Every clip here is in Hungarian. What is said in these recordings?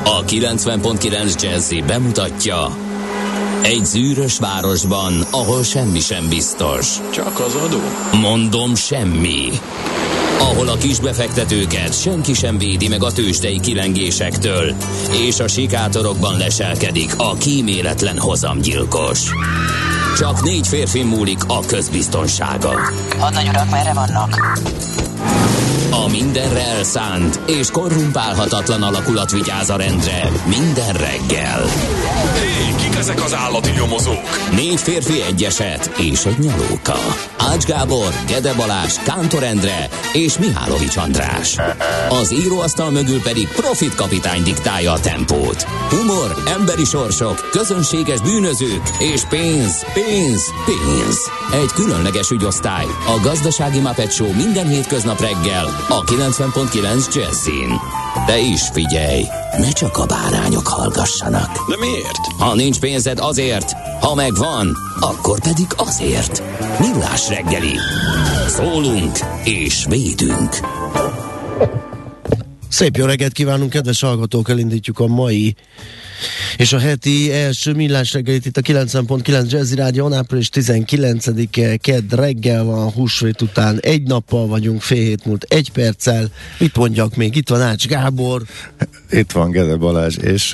A 90.9 Jazzy bemutatja: egy zűrös városban, ahol semmi sem biztos. Csak az adó? Mondom, semmi. Ahol a kisbefektetőket senki sem védi meg a tőzsdei kilengésektől, és a sikátorokban leselkedik a kíméletlen hozamgyilkos. Csak 4 férfi múlik a közbiztonsága. Hadnagy urak, merre vannak? A mindenre elszánt és korrumpálhatatlan alakulat vigyáz a rendre minden reggel. Hé, kik ezek az állati nyomozók? 4 férfi, egy eset és egy nyalóka. Ács Gábor, Gede Balázs, Kántor Endre és Mihálovics András. Az íróasztal mögül pedig Profit kapitány diktálja a tempót. Humor, emberi sorsok, közönséges bűnözők és pénz, pénz, pénz. Egy különleges ügyosztály, a Gazdasági Muppet Show minden hétköznap reggel a 90.9 Jazzin. De is figyelj, ne csak a bárányok hallgassanak. De miért? Ha nincs pénzed, azért, ha megvan, akkor pedig azért. Millás reggeli. Szólunk és védünk. Szép jó reggelt kívánunk, kedves hallgatók, elindítjuk a mai és a heti első Millás reggelit itt a 90.9 Jazzy Rádión, április 19-e, kedd reggel van, húsvét után egy nappal vagyunk, fél hét múlt 1 perccel. Mit mondjak még? Itt van Ács Gábor. Itt van Gede Balázs, és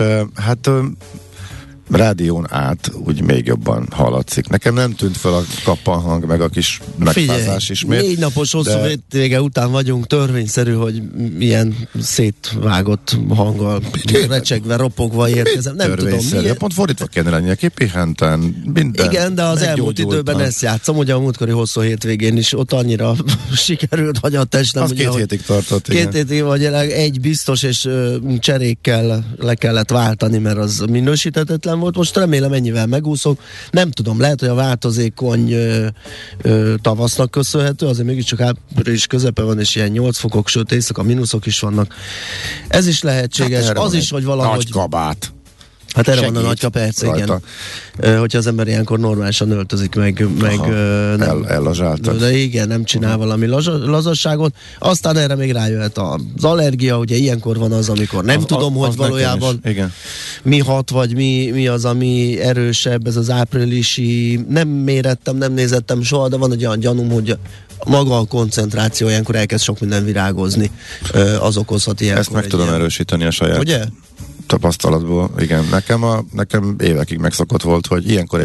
rádión át úgy még jobban hallatszik. Nekem nem tűnt fel a kappanhang, meg a kis megfázás ismét. 4 napos hosszú hétvége után vagyunk, törvényszerű, hogy ilyen szétvágott hanggal recsegve, ropogva érkezem. Nem tudom miért. Pont fordítva kéne lennie, kipihenten, minden. Igen, de az elmúlt időben ezt játszom, ugye a múltkori hosszú hétvégén is ott annyira sikerült, hogy a testem. Az ugye, 2 hétig tartott. 2 hétig, vagy egy biztos, és cserékkel le kellett váltani, mert az minősíthetetlen volt. Most remélem ennyivel megúszok. Nem tudom, lehet, hogy a változékony tavasznak köszönhető, azért mégiscsak április közepe van, és ilyen 8 fokok, sőt éjszaka mínuszok is vannak. Ez is lehetséges. Hát az is, hogy valahogy... Nagy kabát. Hát erre van a nagyka, persze, igen. Hogyha az ember ilyenkor normálisan öltözik, meg nem... Ellazsálta. De igen, nem csinál valami lazasságot. Aztán erre még rájöhet az allergia, ugye ilyenkor van az, amikor nem tudom, hogy valójában mi hat, vagy mi az, ami erősebb, ez az áprilisi, nem mérettem, nem nézettem soha, de van egy olyan gyanúm, hogy maga a koncentráció ilyenkor elkezd sok minden virágozni, az okozhat ilyenkor. Ezt meg tudom erősíteni a saját. Ugye? Tapasztalatból, igen. Nekem évekig megszokott volt, hogy ilyenkor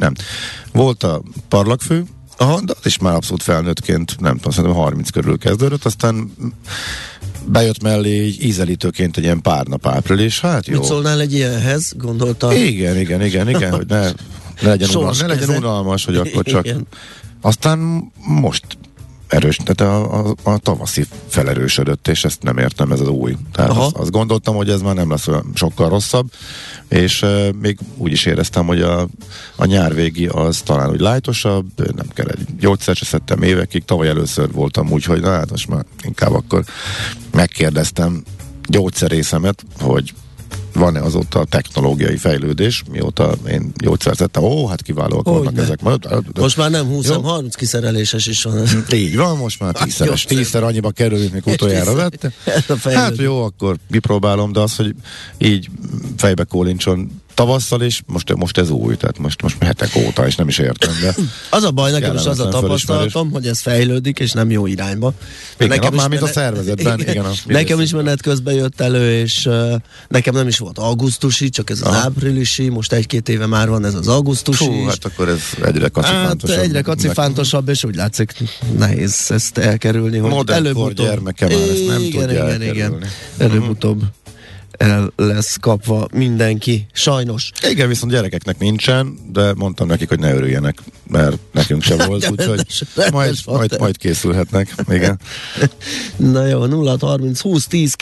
volt a parlagfő, de az is már abszolút felnőttként, nem tudom, szerintem 30 körül kezdődött, aztán bejött mellé ízelítőként egy ilyen pár nap április, hát jó. Mit szólnál egy ilyenhez, gondoltam? Igen, hogy ne legyen unalmas, hogy akkor csak... Igen. Aztán most erős, tehát a tavaszi felerősödött, és ezt nem értem, ez az új. Tehát azt gondoltam, hogy ez már nem lesz olyan sokkal rosszabb, és még úgy is éreztem, hogy a nyárvégi az talán úgy lájtosabb, nem kell egy gyógyszert se szedtem évekig, tavaly először voltam úgy, hogy hát most már inkább akkor megkérdeztem gyógyszerészemet, hogy van-e azóta a technológiai fejlődés, mióta én gyógyszert szedtem, hát kiválóak vannak ezek. Most már nem 20, 30 kiszereléses is van. Így van, most már 10-szer annyiba kerül, mint utoljára vette. Hát jó, akkor kipróbálom, de az, hogy így fejbe kólincson tavasszal is, most ez új, tehát most hetek óta, és nem is értem, de az a baj, nekem is az a tapasztalatom, hogy ez fejlődik, és nem jó irányba. Igen, már mint a szervezetben. Igen, nekem is menet közben jött elő, és nekem nem is volt augusztusi, csak ez az áprilisi, most 1-2 éve már van ez az augusztusi. Hát akkor ez egyre kacifántosabb. Hát egyre kacifántosabb, és úgy látszik, nehéz ezt elkerülni, hogy előbb-utóbb gyermeke már ezt nem tudja elkerülni. Előbb-utóbb el lesz kapva mindenki, sajnos. Igen, viszont gyerekeknek nincsen, de mondtam nekik, hogy ne örüljenek, mert nekünk sem volt, úgyhogy majd készülhetnek. Igen. Na jó, 0-30 20 10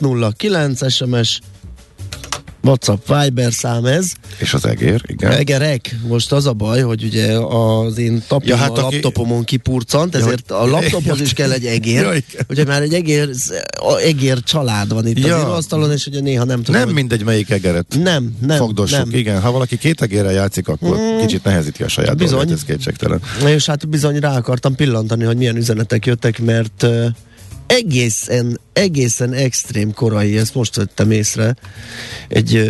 909 SMS, WhatsApp, Viber szám ez. És az egér, igen. Egerek. Most az a baj, hogy ugye az én tapom a laptopomon kipurcant, ezért a laptophoz is kell egy egér. Ugye már egy egér család van itt az íróasztalon, és ugye néha nem tudom. Nem mindegy melyik egeret. Nem. Fogdossuk, igen. Ha valaki 2 egérrel játszik, akkor kicsit nehezíti a saját dolgát, ez kétségtelen. És hát bizony rá akartam pillantani, hogy milyen üzenetek jöttek, mert egészen extrém korai, ezt most vettem észre, egy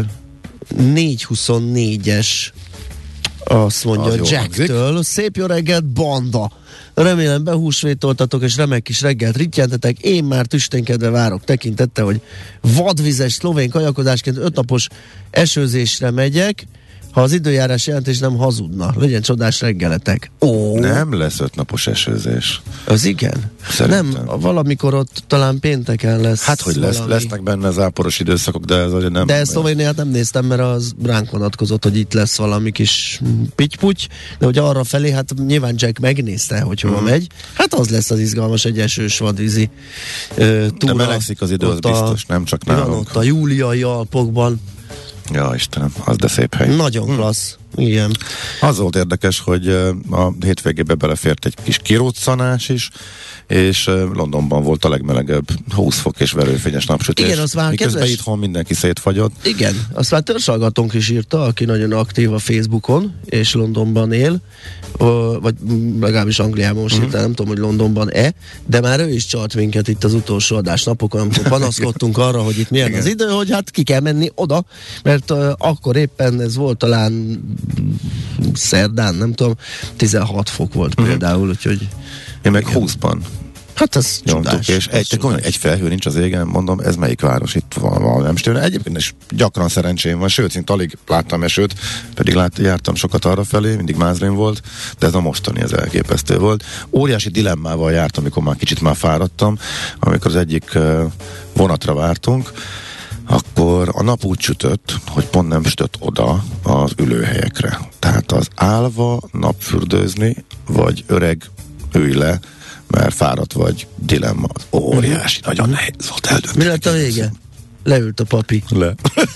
424-es, azt mondja Jacktől, szép jó reggelt, banda! Remélem behúsvétoltatok, és remek kis reggelt rittyentetek. Én már tüsténkedve várok tekintette, hogy vadvizes szlovén kajakodásként 5 napos esőzésre megyek, ha az időjárás jelentés nem hazudna. Legyen csodás reggeletek. Nem lesz 5 napos esőzés. Az igen? Szerintem. Nem, valamikor ott talán pénteken lesz. Hát, hogy lesznek benne záporos időszakok, de ez azért nem... De Szlovéniát nem néztem, mert az ránk vonatkozott, hogy itt lesz valami kis pitty-puty, de hogy arra felé, hát nyilván Jack megnézte, hogy hova megy. Hát az lesz az izgalmas, egy esős vadvízi túra. De melegszik az idő, az biztos, nem csak nálunk. Ott a Júliai Alpokban. Ja, Istenem, az de szép hely. Nagyon klassz, igen. Az volt érdekes, hogy a hétvégébe belefért egy kis kiróccanás is, és Londonban volt a legmelegebb 20 fok és verőfényes napsütés. Igen, miközben itthon mindenki szétfagyott. Igen, azt már törzsalgatónk is írta, aki nagyon aktív a Facebookon, és Londonban él, vagy legalábbis Angliában most írta, nem tudom, hogy Londonban-e, de már ő is csalt minket itt az utolsó adásnapokon, amikor panaszkodtunk arra, hogy itt milyen az idő, hogy hát ki kell menni oda, mert akkor éppen ez volt talán szerdán, nem tudom, 16 fok volt például, úgyhogy... Én meg 20-ban. Hát ez csodás. És egy felhő nincs az égen, mondom, ez melyik város, itt van nem stőne. Egyébként is gyakran szerencsém van, sőt, szinte alig láttam esőt, pedig jártam sokat arra felé, mindig Mázrén volt, de ez a mostani, ez elképesztő volt. Óriási dilemmával jártam, amikor már kicsit fáradtam, amikor az egyik vonatra vártunk, akkor a nap úgy sütött, hogy pont nem sütött oda az ülőhelyekre. Tehát az állva napfürdőzni, vagy öreg ülj le, mert fáradt vagy, dilemma. Óriási, nagyon nehéz volt eldönteni. Mi lett a vége? Leült a papi. Le.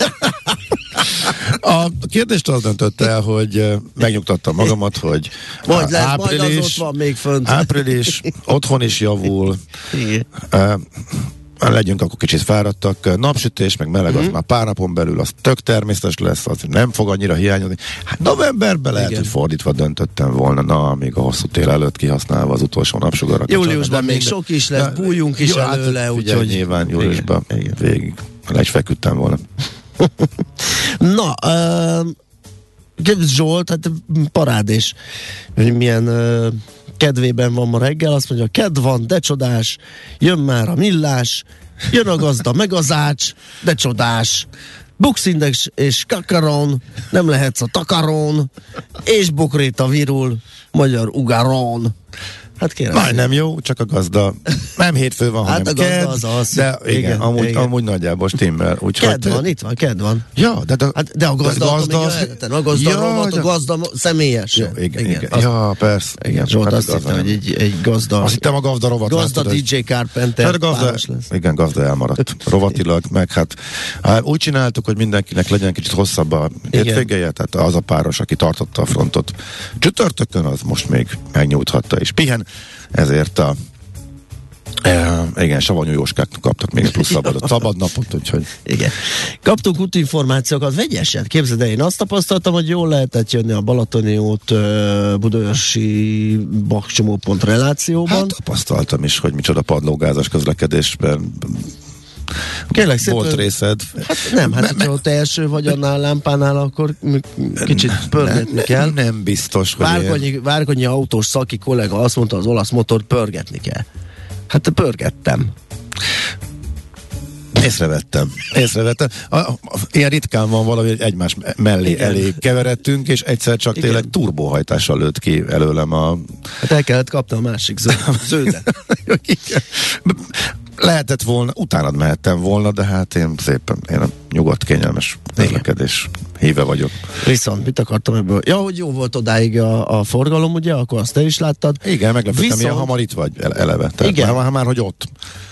A kérdést az döntött el, hogy megnyugtattam magamat, hogy majd az ott van még fönt. Április, otthon is javul. Legyünk akkor kicsit fáradtak, napsütés, meg meleg, az már pár napon belül, az tök természetes lesz, az nem fog annyira hiányozni. Hát novemberben lehet, hogy fordítva döntöttem volna, még a hosszú tél előtt kihasználva az utolsó napsugarakat. Júliusban még sok is lesz, bújjunk is előle, úgyhogy... Nyilván júliusban végig le is feküdtem volna. Na, Zsolt, hát parádés, hogy milyen... kedvében van ma reggel, azt mondja, kedv van, de csodás, jön már a millás, jön a gazda, meg az ács, de csodás, Buxindex és kakaron, nem lehetsz a takaron, és bokréta virul, magyar ugaron. Hát kérem. Majdnem jó, csak a gazda. Nem hétfő van, hanem a gazda az. De igen, amúgy nagyjából stimmel. Kedd van, itt van, kedd van. Ja, de a gazda a gazda rovat, a gazda személyes. Jó, igen. Ja, persze. Igen, Zsolt azt hittem, hogy egy gazda. Azt hittem a gazda rovat. Gazda DJ Carpenter páros lesz. Igen, gazda elmaradt. Rovatilag, meg hát úgy csináltuk, hogy mindenkinek legyen kicsit hosszabb a hétvégeje, tehát az a páros, aki tartotta a frontot csütörtökön, az most még megnyújthatta és pihen. Ezért igen, savanyú jóskák kaptak még egy plusz szabad napot, úgyhogy... Igen. Kaptunk útinformációkat, vegyeset. Képzeld el, én azt tapasztaltam, hogy jól lehetett jönni a Balatoni út Budaörsi Bakcsomópont relációban. Hát tapasztaltam is, hogy micsoda padlógázas közlekedésben kérlek volt szépen, részed. Hát nem, ha te első vagy annál lámpánál, akkor kicsit pörgetni kell. Nem biztos, hogy Várkonyi autós szaki kollega azt mondta, az olasz motort pörgetni kell. Hát pörgettem. Észrevettem. Ilyen ritkán van valami, hogy egymás mellé elé keveredtünk, és egyszer csak tényleg turbóhajtással lőtt ki előlem a... Hát el kellett kapni a másik zöldet. Lehetett volna, utánad mehettem volna, de hát én a nyugodt, kényelmes közlekedés híve vagyok. Viszont mit akartam ebből? Ja, hogy jó volt odáig a forgalom, ugye? Akkor azt te is láttad. Igen, meglepődtem, milyen hamar itt vagy eleve. Tehát igen. Már hogy ott.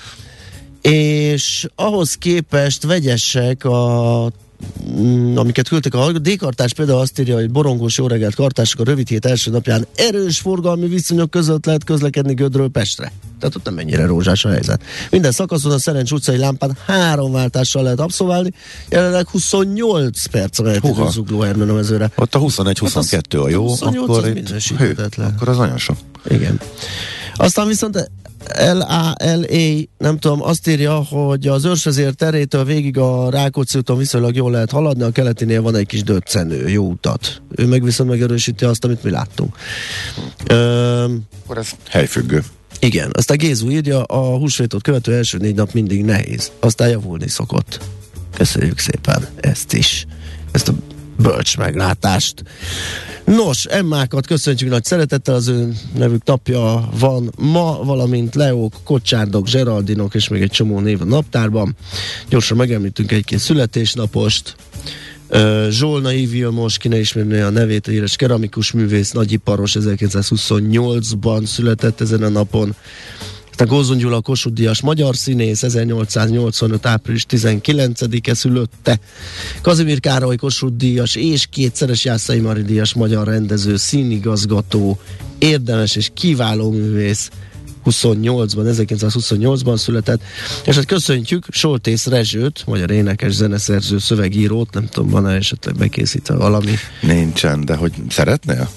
És ahhoz képest vegyesek amiket küldtek a D-kartás például azt írja, hogy borongós jó reggelt kartások a rövid hét első napján erős forgalmi viszonyok között lehet közlekedni Gödről Pestre. Tehát ott nem mennyire rózsás a helyzet. Minden szakaszon a Szerencs utcai lámpán 3 váltással lehet abszolválni, jelenleg 28 perc a mehető Zugló Ernő mezőre. Ott a 21-22 a jó, 28 akkor az minősíthetetlen. Akkor az nagyon sok. Igen. Aztán viszont LALA, nem tudom, azt írja, hogy az Őrsvezér terétől végig a Rákóczi úton viszonylag jól lehet haladni, a keletinél van egy kis döccenő, jó utat. Ő meg viszont megerősíti azt, amit mi láttunk. Akkor ez helyfüggő. Igen, aztán Gézu írja, a húsvétot követő első 4 nap mindig nehéz, aztán javulni szokott. Köszönjük szépen ezt is, ezt a bölcs meglátást. Nos, Emmákat köszöntjük nagy szeretettel, az ő nevük napja van ma, valamint Leók, Kocsárdok, Zseraldinok és még egy csomó név a naptárban. Gyorsan megemlítünk egy-két születésnapost. Zsolnai Vilmos, ki ne ismerné a nevét, a híres keramikus művész, nagyiparos, 1928-ban született ezen a napon. Aztán Gózon Gyula, Kossuth Díjas magyar színész, 1885. április 19-e szülötte. Kazimír Károly, Kossuth Díjas és kétszeres Jászai Mari díjas magyar rendező, színigazgató, érdemes és kiváló művész, 1928-ban született, és hát köszöntjük Soltész Rezsőt, magyar énekes, zeneszerző, szövegírót, nem tudom, van-e esetleg bekészítve valami? Nincsen, de hogy szeretnél?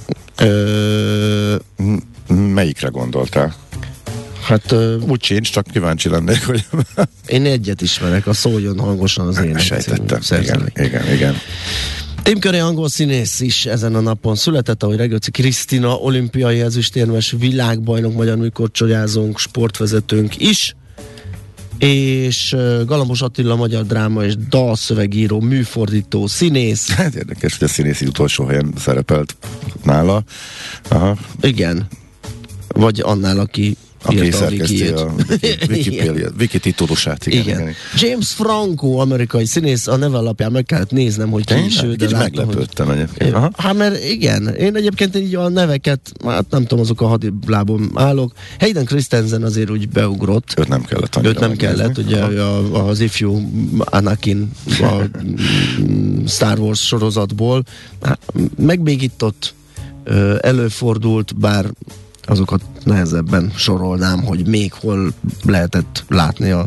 Melyikre gondoltál? Hát úgy sincs, csak kíváncsi lennék, hogy... Én egyet ismerek, a Szóljon hangosan az ének. Sejtettem, igen. Tim Curry angol színész is ezen a napon született, ahogy Regőci Krisztina, olimpiai ezüstérmes, világbajnok, magyar műkorcsolyázónk, sportvezetőnk is, és Galambos Attila, magyar dráma és dalszövegíró, műfordító, színész. Hát érdekes, hogy a színészi utolsó helyen szerepelt nála. Aha. Igen. Vagy annál, aki szerkeszti a Wiki titulusát. Igen. James Franco, amerikai színész, a neve alapján meg kellett néznem, hogy ki is ő, de meglepődtem egyébként. Hát mert igen, én egyébként így a neveket, hát nem tudom, azok a hadilábon állok. Hayden Christensen azért úgy beugrott. Őt nem kellett annyira. Őt nem kellett, ugye az ifjú Anakin a Star Wars sorozatból megbégított, előfordult, bár azokat nehezebben sorolnám, hogy még hol lehetett látni a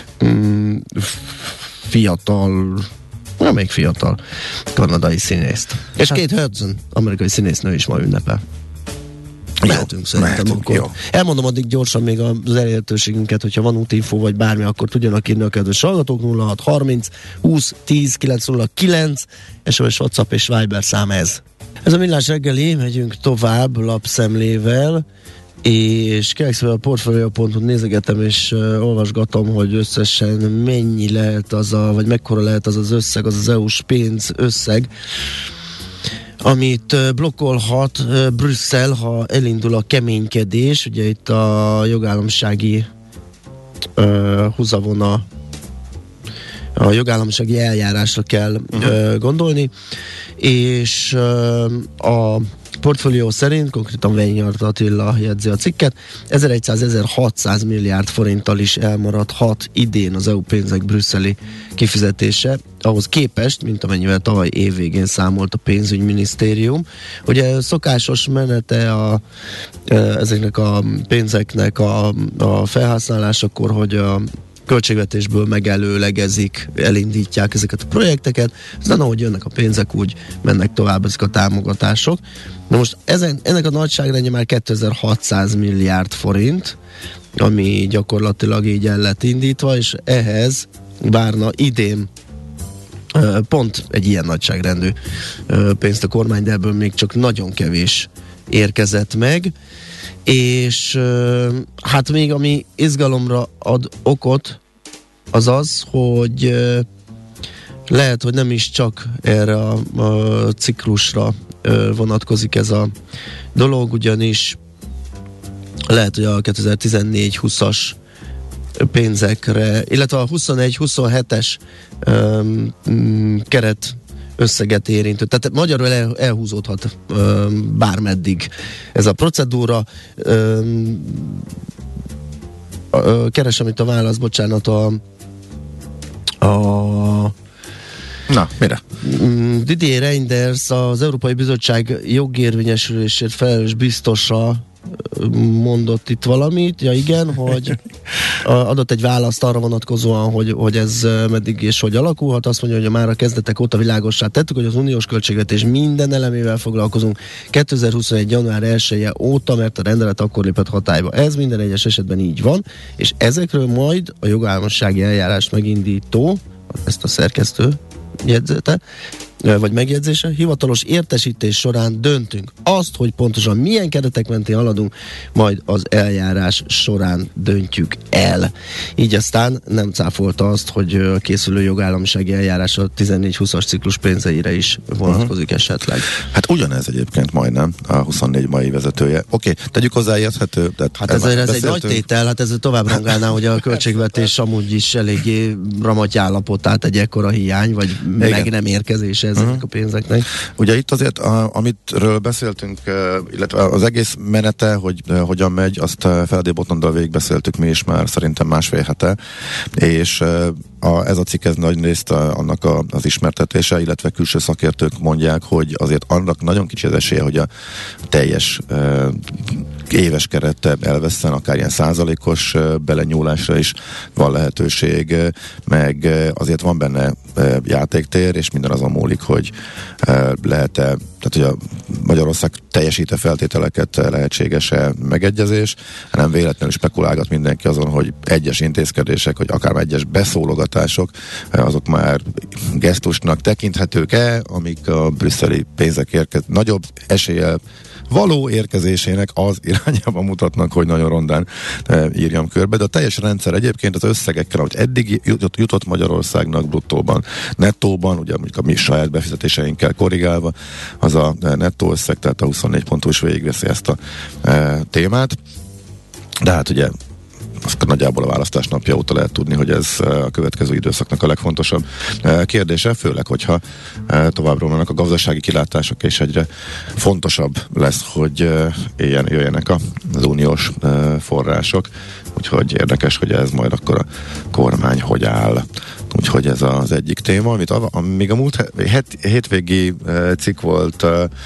még fiatal kanadai színészt. És Kate Hudson, amerikai színésznő is ma ünnepel. Mehetünk szerintem akkor. Jó. Elmondom addig gyorsan még az elérhetőségünket, hogyha van útinfó vagy bármi, akkor tudjanak írni a kedves hallgatók. 0630 20 10 909 SOS, WhatsApp és Viber szám ez. Ez a Millás reggeli, megyünk tovább lapszemlével, és kérlek a portfolio.hu nézegetem, és olvasgatom, hogy összesen mennyi lehet vagy mekkora lehet az összeg, az EU-s pénz összeg, amit blokkolhat Brüsszel, ha elindul a keménykedés. Ugye itt a jogállamisági húzavona, a jogállamisági eljárásra kell gondolni, és a portfólió szerint, konkrétan Vényart Attila jegyzi a cikket, 1100-1600 milliárd forinttal is elmaradhat idén az EU pénzek brüsszeli kifizetése, ahhoz képest, mint amennyivel tavaly évvégén számolt a pénzügyminisztérium. Ugye szokásos menete ezeknek a pénzeknek a felhasználásakor, hogy a költségvetésből megelőlegezik, elindítják ezeket a projekteket, aztán ahogy jönnek a pénzek, úgy mennek tovább ezek a támogatások. Na most ennek a nagyságrendje már 2600 milliárd forint, ami gyakorlatilag így el lett indítva, és ehhez várna idén pont egy ilyen nagyságrendű pénzt a kormány, de ebből még csak nagyon kevés érkezett meg, és hát még ami izgalomra ad okot, az az, hogy lehet, hogy nem is csak erre a ciklusra vonatkozik ez a dolog, ugyanis lehet, hogy a 2014-20-as pénzekre, illetve a 21-27-es keret összeget érintő. Tehát magyarul elhúzódhat bármeddig ez a procedúra. Keresem itt a választ, bocsánat, Na, mire? Didier Reynders, az Európai Bizottság jogérvényesülésért felelős biztosa mondott itt valamit, ja igen, hogy adott egy választ arra vonatkozóan, hogy ez meddig és hogy alakulhat. Azt mondja, hogy már a kezdetek óta világossá tettük, hogy az uniós költségvetés minden elemével foglalkozunk 2021. január 1-e óta, mert a rendelet akkor lépett hatályba. Ez minden egyes esetben így van, és ezekről majd a jogállamisági eljárás megindító, ezt a szerkesztő jegyzete, vagy megjegyzése, hivatalos értesítés során döntünk. Azt, hogy pontosan milyen keretek mentén haladunk, majd az eljárás során döntjük el. Így aztán nem cáfolta azt, hogy a készülő jogállamisági eljárás a 14-20-as ciklus pénzeire is vonatkozik esetleg. Hát ugyanez egyébként majdnem a 24 mai vezetője. Oké, tegyük hozzá érthető. Hát ez egy nagy tétel, hát ez tovább rangálná, hogy a költségvetés amúgy is eléggé ramaty állapotát egy ekkora hiány, vagy meg nem érkezése ezeknek a pénzeknek. Ugye itt azért, amitről beszéltünk, illetve az egész menete, hogy hogyan megy, azt Feledi Botondal végigbeszéltük mi is már szerintem másfél hete, és ez a cikk ez nagy részt annak az ismertetése, illetve külső szakértők mondják, hogy azért annak nagyon kicsi az esélye, hogy a teljes éves kerete elveszten, akár ilyen százalékos belenyúlásra is van lehetőség, meg azért van benne játéktér, és minden azon múlik, hogy lehet-e, tehát hogy a Magyarország teljesít-e feltételeket, lehetséges-e megegyezés, nem véletlenül spekulálgat mindenki azon, hogy egyes intézkedések, hogy akár egyes beszólogatások, azok már gesztusnak tekinthetők-e, amik a brüsszeli pénzek nagyobb eséllyel való érkezésének az irányába mutatnak, hogy nagyon rondán írjam körbe, de a teljes rendszer egyébként az összegekkel, hogy eddig jutott Magyarországnak bruttóban, nettóban, ugye mondjuk a mi saját befizetéseinkkel korrigálva, az a nettó összeg, tehát a 24 pontú is végigveszi ezt a témát, de hát ugye azt nagyjából a választás napja óta lehet tudni, hogy ez a következő időszaknak a legfontosabb kérdése, főleg, hogyha továbbra vannak a gazdasági kilátások, és egyre fontosabb lesz, hogy jöjjenek az uniós források. Úgyhogy érdekes, hogy ez majd akkor a kormány hogy áll. Úgyhogy ez az egyik téma, amit még a múlt hétvégi cikk volt,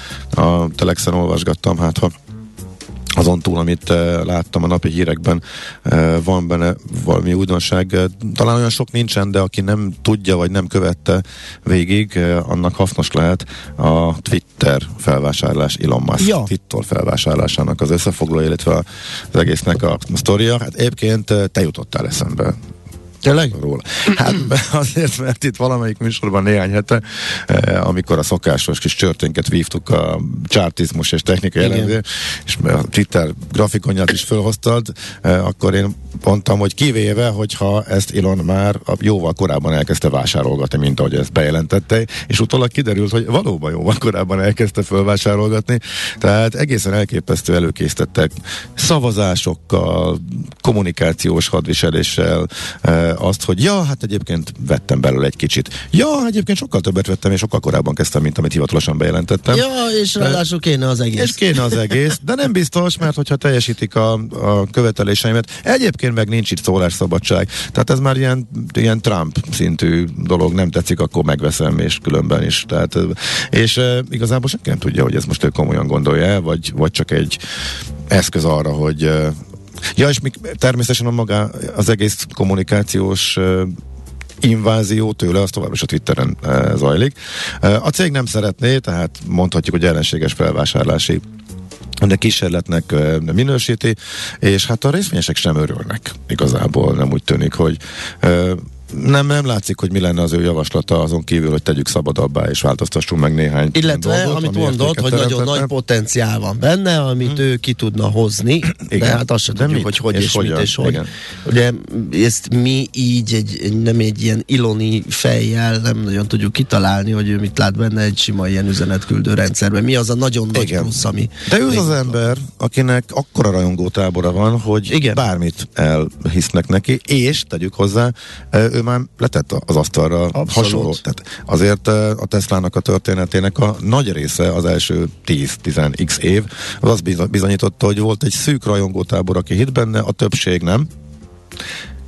a Telexen olvasgattam, hát ha azon túl, amit láttam a napi hírekben, van benne valami újdonság. Talán olyan sok nincsen, de aki nem tudja, vagy nem követte végig, annak hasznos lehet a Twitter felvásárlás, Elon Musk Twitter felvásárlásának az összefoglalója, illetve az egésznek a sztoria. Hát egyébként te jutottál eszembe. Tényleg? Róla. Hát azért, mert itt valamelyik műsorban néhány hete, amikor a szokásos kis csörténket vívtuk a csártizmus és technikai elemzés, és a Twitter grafikonját is fölhoztad, akkor én mondtam, hogy kivéve, hogyha ezt Elon már jóval korábban elkezdte vásárolgatni, mint ahogy ezt bejelentette, és utólag kiderült, hogy valóban jóval korábban elkezdte fölvásárolgatni, tehát egészen elképesztő előkészítettek szavazásokkal, kommunikációs hadviseléssel, azt, hogy hát egyébként vettem belőle egy kicsit. Egyébként sokkal többet vettem, és sokkal korábban kezdtem, mint amit hivatalosan bejelentettem. És ráadásul kéne az egész. És kéne az egész, de nem biztos, mert hogyha teljesítik a követeléseimet, egyébként meg nincs itt szólásszabadság. Tehát ez már ilyen Trump szintű dolog, nem tetszik, akkor megveszem, és különben is. Tehát, és igazából senki nem tudja, hogy ez most ő komolyan gondolja, vagy csak egy eszköz arra, hogy és még természetesen az egész kommunikációs invázió tőle, az tovább is a Twitteren zajlik. A cég nem szeretné, tehát mondhatjuk, hogy ellenséges felvásárlási de kísérletnek minősíti, és hát a részvényesek sem örülnek. Igazából nem úgy tűnik, hogy nem látszik, hogy mi lenne az ő javaslata azon kívül, hogy tegyük szabadabbá és változtassunk meg néhány illetve, dolgot, amit mondott, hogy nagyon nagy potenciál van benne, amit ő ki tudna hozni, igen. De hát azt sem tudjuk, hogy és mit és hogy. Igen. Ugye ezt mi így nem egy ilyen iloni fejjel nem nagyon tudjuk kitalálni, hogy ő mit lát benne egy sima ilyen üzenetküldő rendszerben. Mi az a nagyon nagy plusz, ami... De ő az ember, akinek akkora rajongótábora van, hogy igen. Bármit elhisznek neki, és tegyük hozzá, ő már letett az asztalra hasonló. Tehát azért a Teslának a történetének a nagy része az első 10-10x év, az azt bizonyította, hogy volt egy szűk rajongótábor, aki hitt benne, a többség nem.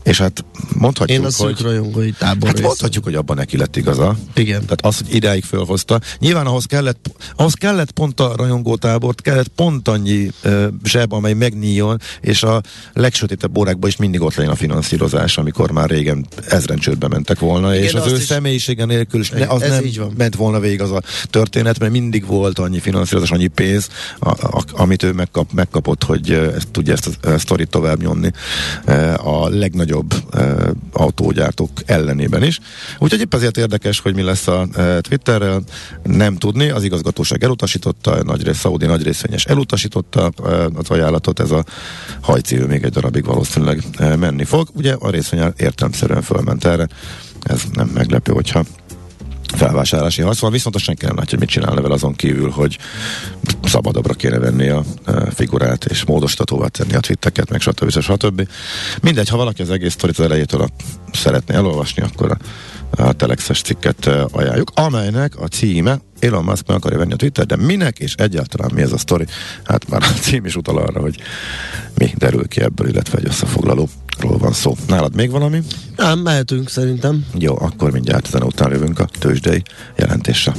És hát mondhatjuk, én a szűk rajongói tábor hát mondhatjuk, hogy abban neki lett igaza. Igen. Tehát az, hogy idáig fölhozta. Nyilván ahhoz kellett pont a rajongótábort, kellett pont annyi zseb, amely megnyíljon, és a legsötétebb órákban is mindig ott legyen a finanszírozás, amikor már régen ezren csődbe mentek volna, igen, és az ő személyisége nélkül is az nem ment volna végig az a történet, mert mindig volt annyi finanszírozás, annyi pénz, amit ő megkapott, hogy tudja ezt a sztorit tovább nyomni a legnagyobb autógyártók ellenében is. Úgyhogy épp ezért érdekes, hogy mi lesz a Twitterrel, nem tudni, az igazgatóság elutasította, Szaudi nagy részvényes elutasította az ajánlatot, ez a hajcívő még egy darabig valószínűleg menni fog. Ugye a részvény értelemszerűen fölment erre, ez nem meglepő, hogyha felvásárlási harc van, viszont senki nem látja, mit csinálna vele azon kívül, hogy szabadabbra kéne venni a figurát, és módosítatóvá tenni a twitteket, meg stb. Mindegy, ha valaki az egész sztorit az elejétől szeretné elolvasni, akkor a telexes cikket ajánljuk, amelynek a címe Elon Musk meg akarja venni a Twitter, de minek és egyáltalán mi ez a sztori? Hát már a cím is utal arra, hogy mi derül ki ebből, illetve egy összefoglalóról van szó. Nálad még valami? Nem, mehetünk szerintem. Jó, akkor mindjárt ezen után jövünk a tőzsdei jelentésre.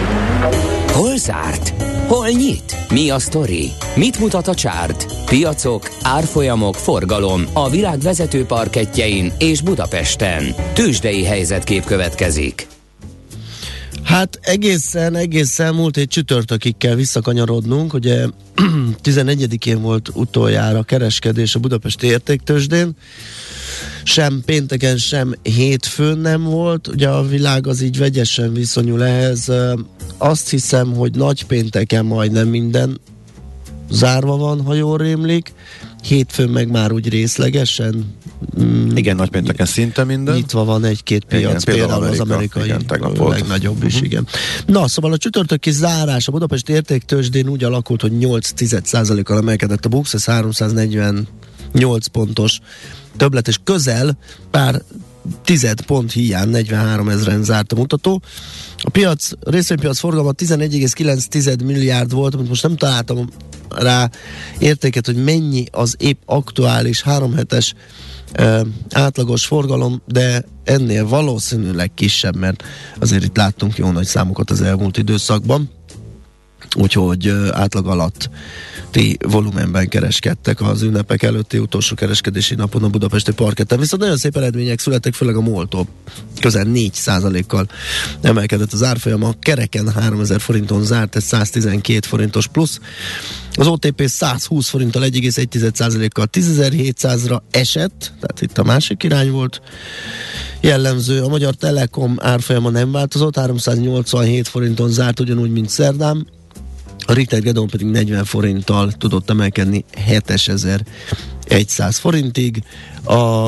Hol zárt? Hol nyit? Mi a sztori? Mit mutat a csárt? Piacok, árfolyamok, forgalom a világ vezető parkettjein és Budapesten. Tőzsdei helyzetkép következik. Hát egészen múlt egy csütörtökig kell visszakanyarodnunk, ugye 11-én volt utoljára kereskedés a budapesti értéktőzsdén, sem pénteken, sem hétfőn nem volt, ugye a világ az így vegyesen viszonyul ehhez. Azt hiszem, hogy nagy pénteken majdnem minden zárva van, ha jól rémlik, hétfőn meg már úgy részlegesen. Igen, nagy pénteken szinte minden. Nyitva van egy-két piac, igen, például az amerikai legnagyobb is, igen. Na, szóval a csütörtöki zárás a budapesti értéktőzsdén úgy alakult, hogy 8,1%-kal emelkedett a BUX, ez 348 pontos többlet, és közel pár 10 pont hiány 43 000-en zárt a mutató. A részvénypiac forgalma 11,9 milliárd volt, amit most nem találtam rá értéket, hogy mennyi az épp aktuális 3 hetes átlagos forgalom, de ennél valószínűleg kisebb, mert azért itt láttunk jó nagy számokat az elmúlt időszakban, úgyhogy átlag alatti volumenben kereskedtek az ünnepek előtti utolsó kereskedési napon a budapesti parketten. Viszont nagyon szép eredmények születtek, főleg a MOL-tól. Közel 4%-kal emelkedett az árfolyama, kereken 3000 forinton zárt, ez 112 forintos plusz. Az OTP 120 forinttal 1,1%-kal 10.700-ra esett, tehát itt a másik irány volt jellemző. A Magyar Telekom árfolyama nem változott, 387 forinton zárt, ugyanúgy, mint szerdán. A Richter Gedeon pedig 40 forinttal tudott emelkedni 7100 forintig. A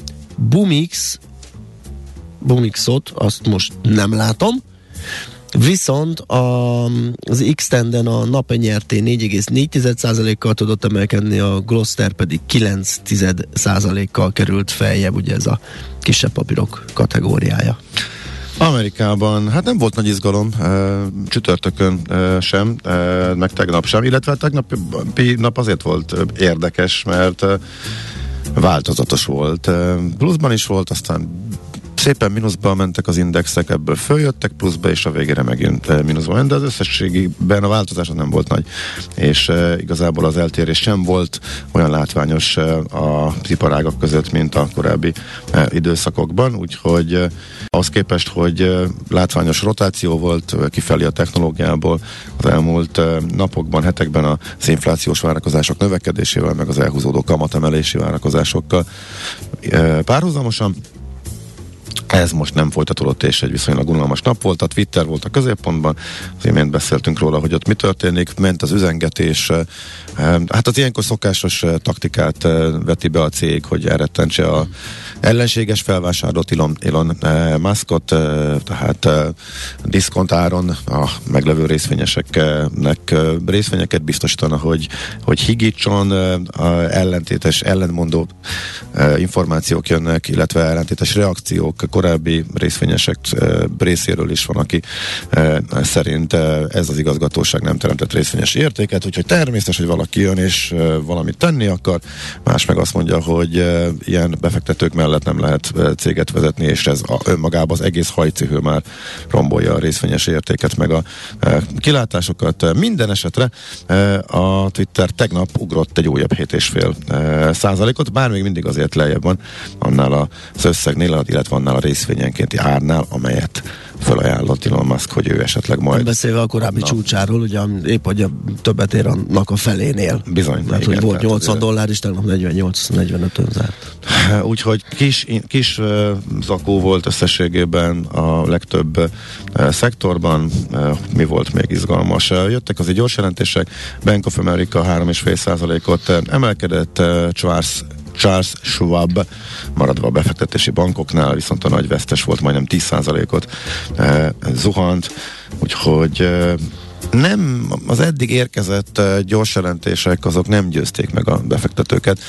Bumixot azt most nem látom, viszont az X-Tenden a napenyerté 4,4%-kal tudott emelkedni, a Gloster pedig 9%-kal került feljebb, ugye ez a kisebb papírok kategóriája. Amerikában hát nem volt nagy izgalom, csütörtökön sem, meg tegnap sem, illetve tegnapi nap azért volt érdekes, mert változatos volt. Pluszban is volt, aztán szépen mínuszba mentek az indexek, ebből följöttek pluszba, és a végére megint mínuszba ment, de az összességében a változás nem volt nagy, és igazából az eltérés sem volt olyan látványos az iparágak között, mint a korábbi időszakokban, úgyhogy ahhoz képest, hogy látványos rotáció volt kifelé a technológiából az elmúlt napokban, hetekben az inflációs várakozások növekedésével, meg az elhúzódó kamatemelési várakozásokkal párhuzamosan. Ez most nem folytatódott, és egy viszonylag unalmas nap volt. A Twitter volt a középpontban, az imént beszéltünk róla, hogy ott mi történik, ment az üzengetés. Hát az ilyenkor szokásos taktikát veti be a cég, hogy elrettentse a ellenséges felvásárlott Elon Muskot, tehát diszkontáron a meglevő részvényeseknek részvényeket biztosítana, hogy higítson, ellentétes, ellentmondó információk jönnek, illetve ellentétes reakciók korábbi részvényesek részéről is van, aki szerint ez az igazgatóság nem teremtett részvényes értéket, úgyhogy természetes, hogy valaki jön és valamit tenni akar, más meg azt mondja, hogy ilyen befektetők mellett nem lehet céget vezetni, és ez önmagában az egész hajcihő már rombolja a részvényes értéket, meg a kilátásokat. Minden esetre a Twitter tegnap ugrott egy újabb 7,5%, bár még mindig azért lejjebb van annál az összegnél, illetve annál a részvényenkénti árnál, amelyet felajánlott Elon Musk, hogy ő esetleg majd... Beszélve a korábbi csúcsáról, ugye épp, hogy többet ér annak a felénél. Bizony. Mert hogy volt $80 is, tegnap 48-45 zárt. Úgyhogy kis zakó volt összességében a legtöbb szektorban. Mi volt még izgalmas? Jöttek azért gyors jelentések, Bank of America 3,5%-ot emelkedett, Charles Schwab maradva a befektetési bankoknál, viszont a nagy vesztes volt, majdnem 10%-ot zuhant, úgyhogy nem, az eddig érkezett gyors jelentések azok nem győzték meg a befektetőket.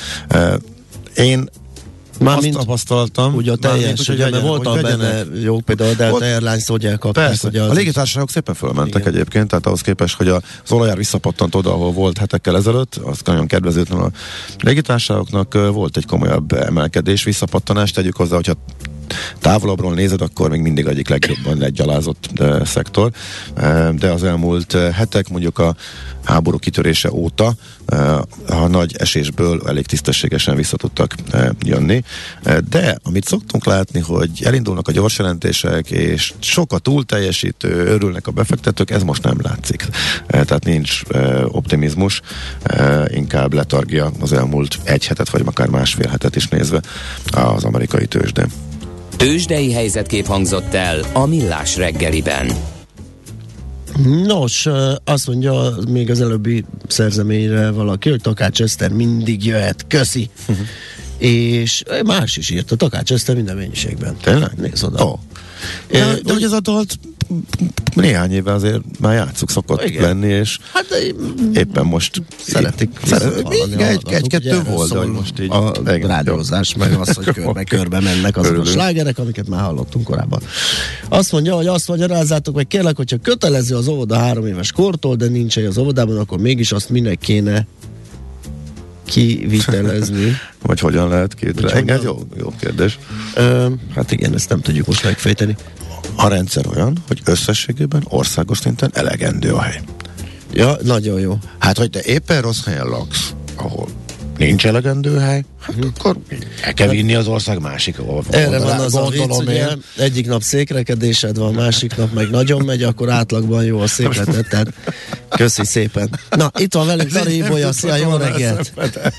Én azt tapasztaltam. Ugye a teljes, ugye, mert voltak benne jó, például a Delta Airlines, hogy elkapták. Persze, a légitársaságok szépen fölmentek egyébként, tehát ahhoz képest, hogy az olajár visszapattant oda, ahol volt hetekkel ezelőtt, az nagyon kedvezőtlen a légitársaságoknak, volt egy komolyabb emelkedés, visszapattanás, tegyük hozzá, hogyha távolabbról nézed, akkor még mindig egyik legjobban legyalázott szektor, de az elmúlt hetek, mondjuk a háború kitörése óta a nagy esésből elég tisztességesen vissza tudtak jönni. De amit szoktunk látni, hogy elindulnak a gyors jelentések, és sok a túlteljesítő, örülnek a befektetők, ez most nem látszik. Tehát nincs optimizmus, inkább letargia az elmúlt egy hetet, vagy akár másfél hetet is nézve az amerikai tőzsdén. Tőzsdei helyzetkép hangzott el a Millás reggeliben. Nos, azt mondja még az előbbi szerzeményre valaki, hogy Takács Eszter mindig jöhet, köszi. És más is írt, a Takács Eszter minden mennyiségben. Tényleg? Nézd oda. Oh. De hogy ez a dalt néhány éve azért már játszuk szokott lenni, és hát éppen most szeretik egy-kettő volt, de most így a rádiózás, meg az, hogy körbe mennek azok a slágerek, amiket már hallottunk korábban. Azt mondja, hogy azt magyarázzátok meg, kérlek, hogyha kötelező az óvoda 3 éves kortól, de nincs az óvodában, akkor mégis azt minek kéne kivitelezni. Vagy hogyan lehet engedj? Jó kérdés. Hát igen, ezt nem tudjuk most megfejteni. A rendszer olyan, hogy összességében országos szinten elegendő a hely. Ja, nagyon jó. Hát, hogy te éppen rossz helyen laksz, ahol nincs elegendő hely, hát akkor el kell vinni az ország másik erre van az a vicc, ugye, egyik nap székrekedésed van, másik nap meg nagyon megy, akkor átlagban jó a székletet, tehát köszi szépen. Na, itt van velünk Zari Ibolya, szia, jó reggelt!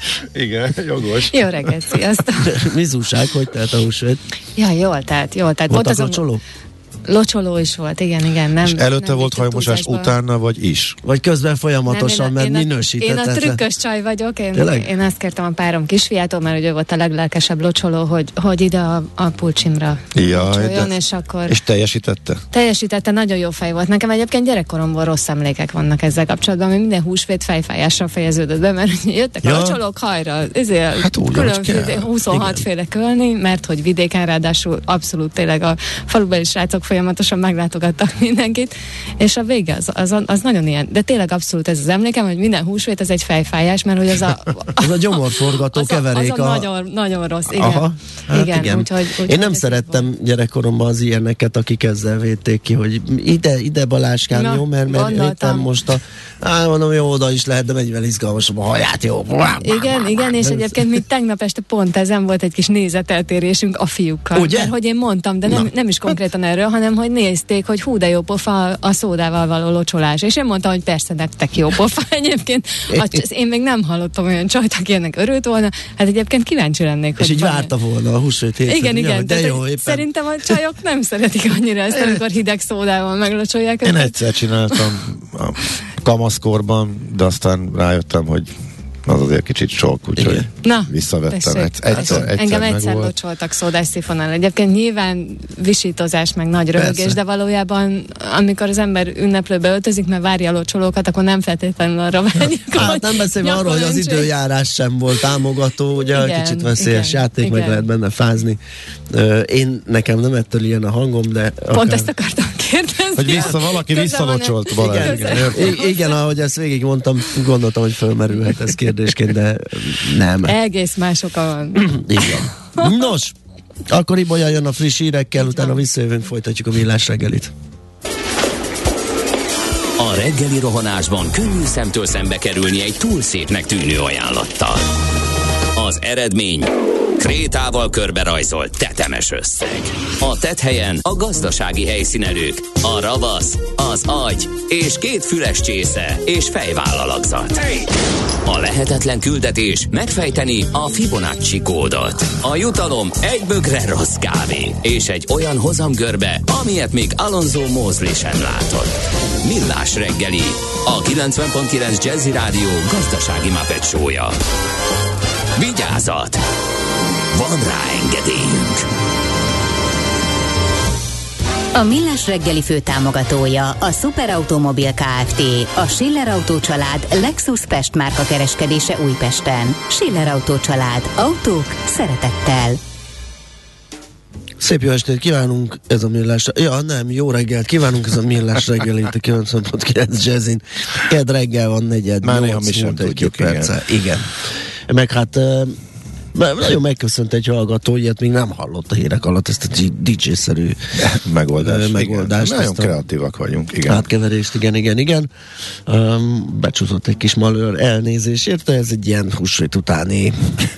Igen, jogos. Jó reggelt, sziasztok! Mizúság, hogy telt a húsvét? Ja, jól telt. Voltak locsoló? Locsoló is volt, igen. Nem, és előtte nem volt hajmosás, utána vagy is? Vagy közben folyamatosan, mert minősítetlen. Én a trükkös csaj vagyok, én azt kértem a párom kisfiától, mert ő volt a leglelkesebb locsoló, hogy ide a pulcsimra locsoljon, és akkor... És teljesítette? Teljesítette, nagyon jó fej volt. Nekem egyébként gyerekkoromból rossz emlékek vannak ezzel kapcsolatban, mert minden húsvét fejfájással fejeződött be, mert jöttek a locsolók hajra, hát különféle 26 féle kölni, mert hogy vidéken ráadásul abszolút tényleg a falubeli srácok folyamatosan meglátogattak mindenkit, és a vége az nagyon ilyen, de tényleg abszolút ez az emlékem, hogy minden húsvét az egy fejfájás, mert hogy az a gyomorforgató keverék. Nagyon, nagyon rossz, igen. Aha, hát igen. Úgyhogy én nem szerettem gyerekkoromban az ilyeneket, akik ezzel védték ki, hogy ide Baláskám, jó, mert éppen most mondom, jó, oda is lehet, de mennyivel izgalmasabb a haját, jó. Igen, és egyébként mi tegnap este pont ezen volt egy kis nézeteltérésünk a fiúkkal. Ugye? Mert hogy én mondtam, de nem is konkrétan erről, hanem hogy nézték, hogy hú, de jó pofa a szódával való locsolás. És én mondtam, hogy persze, nektek jó pofa egyébként. Én még nem hallottam olyan csajt, aki ennek örült volna. Hát egyébként kíváncsi lennék. És így várta volna a húsvét héten. Igen. De jó, szerintem a csajok nem szeretik annyira ezt, amikor hideg szódával meglocsolják. Én egyszer csináltam a kamaszkorban, de aztán rájöttem, hogy az azért kicsit sok, úgyhogy visszavettem. Engem egyszer locsoltak szódásszifonnal. Egyébként nyilván visítozás, meg nagy röhögés, de valójában, amikor az ember ünneplőbe öltözik, mert várja a locsolókat, akkor nem feltétlenül arra vágyik. Hát nem beszélve arról, hogy az időjárás sem volt támogató, ugye igen, kicsit veszélyes játék, igen. Meg lehet benne fázni. Nekem nem ettől ilyen a hangom, de... Pont ezt akartam kérdezni. Hogy valaki visszalocsolt Balázs. Igen, ahogy ezt végig mondtam, gondoltam, hogy fölmerülhet ez kérdésként, de nem. Egész más oka van. Igen. Nos, akkor Ibolya jön a friss hírekkel, utána visszajövünk, folytatjuk a Millás reggelit. A reggeli rohanásban könnyű szemtől szembe kerülni egy túl szépnek tűnő ajánlattal. Az eredmény... krétával körberajzolt tetemes összeg. A tetthelyen a gazdasági helyszínelők, a ravasz, az agy és 2 füles csésze és fejvállalakzat. A lehetetlen küldetés megfejteni a Fibonacci kódot. A jutalom egy bögre rossz kávé és egy olyan hozamgörbe, amilyet még Alonso Mosley sem látott. Millás reggeli, a 90.9 Jazzy Rádió gazdasági Muppet show-ja. Vigyázat! Van rá engedélyünk! A Millás reggeli főtámogatója a Superautomobil Kft. A Schiller Autó család Lexus Pest márka kereskedése Újpesten. Schiller Autó család. Autók szeretettel. Szép jó estét kívánunk, ez a Millás... Ja, nem, jó reggelt kívánunk, ez a Millás reggelit, a 90.9 Jazzin. Kedd reggel van 4:08. Már néha mi sem tudjuk, igen. Meg hát... nagyon megköszönt egy hallgató, ilyet még nem hallott a hírek alatt, ezt a DJ-szerű megoldást. Nagyon kreatívak vagyunk, igen. Átkeverést, igen. Becsúszott egy kis malőr elnézésért, ez egy ilyen húsvét utáni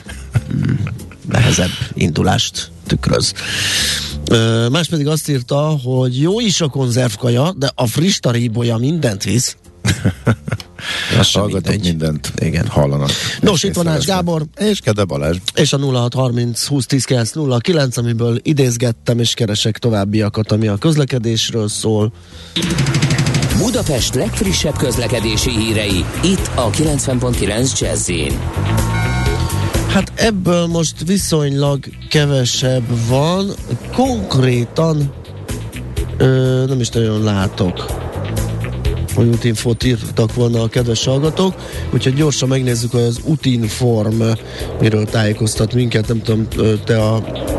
nehezebb indulást tükröz. Más pedig azt írta, hogy jó is a konzervkaja, de a friss taríbolya mindent visz. Hallgatok mindent, igen, hallanak. Nos, itt van Ács Gábor és Kede Balázs. És a 0630 20 10 909, amiből idézgettem és keresek továbbiakat, ami a közlekedésről szól. Budapest legfrissebb közlekedési hírei, itt a 90.9 Jazzin. Hát ebből most viszonylag kevesebb van, konkrétan nem is nagyon látok, hogy útinfót írtak volna a kedves hallgatók, úgyhogy gyorsan megnézzük, hogy az Útinform miről tájékoztat minket, nem tudom, te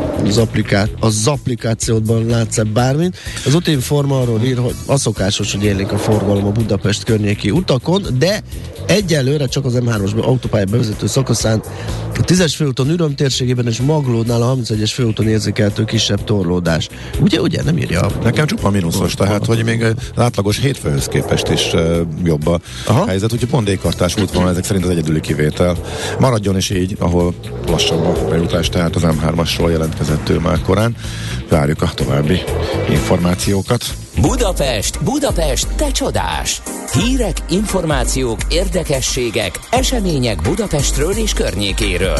az applikációdban látsz-e bármit. Az Útinform arról ír, hogy a szokásos, hogy élénk a forgalom a Budapest környéki utakon, de egyelőre csak az M3-as autópálya bevezető szakaszán, a 10-es főúton Üröm térségében és Maglódnál a 31-es főúton érzékelhető kisebb torlódás. Ugye, nem írja? Nekem csupa mínuszos, tehát, hogy még az átlagos hétfőhöz képest is jobb a helyzet, úgyhogy pont D-kartás útvonal ezek szerint az egyedüli kivétel. Maradjon is így, ahol lassabb a bejutás, tehát az M3-asról jelentkezett ő már korán. Várjuk a további információkat. Budapest, te csodás! Hírek, információk, érdekességek, események Budapestről és környékéről.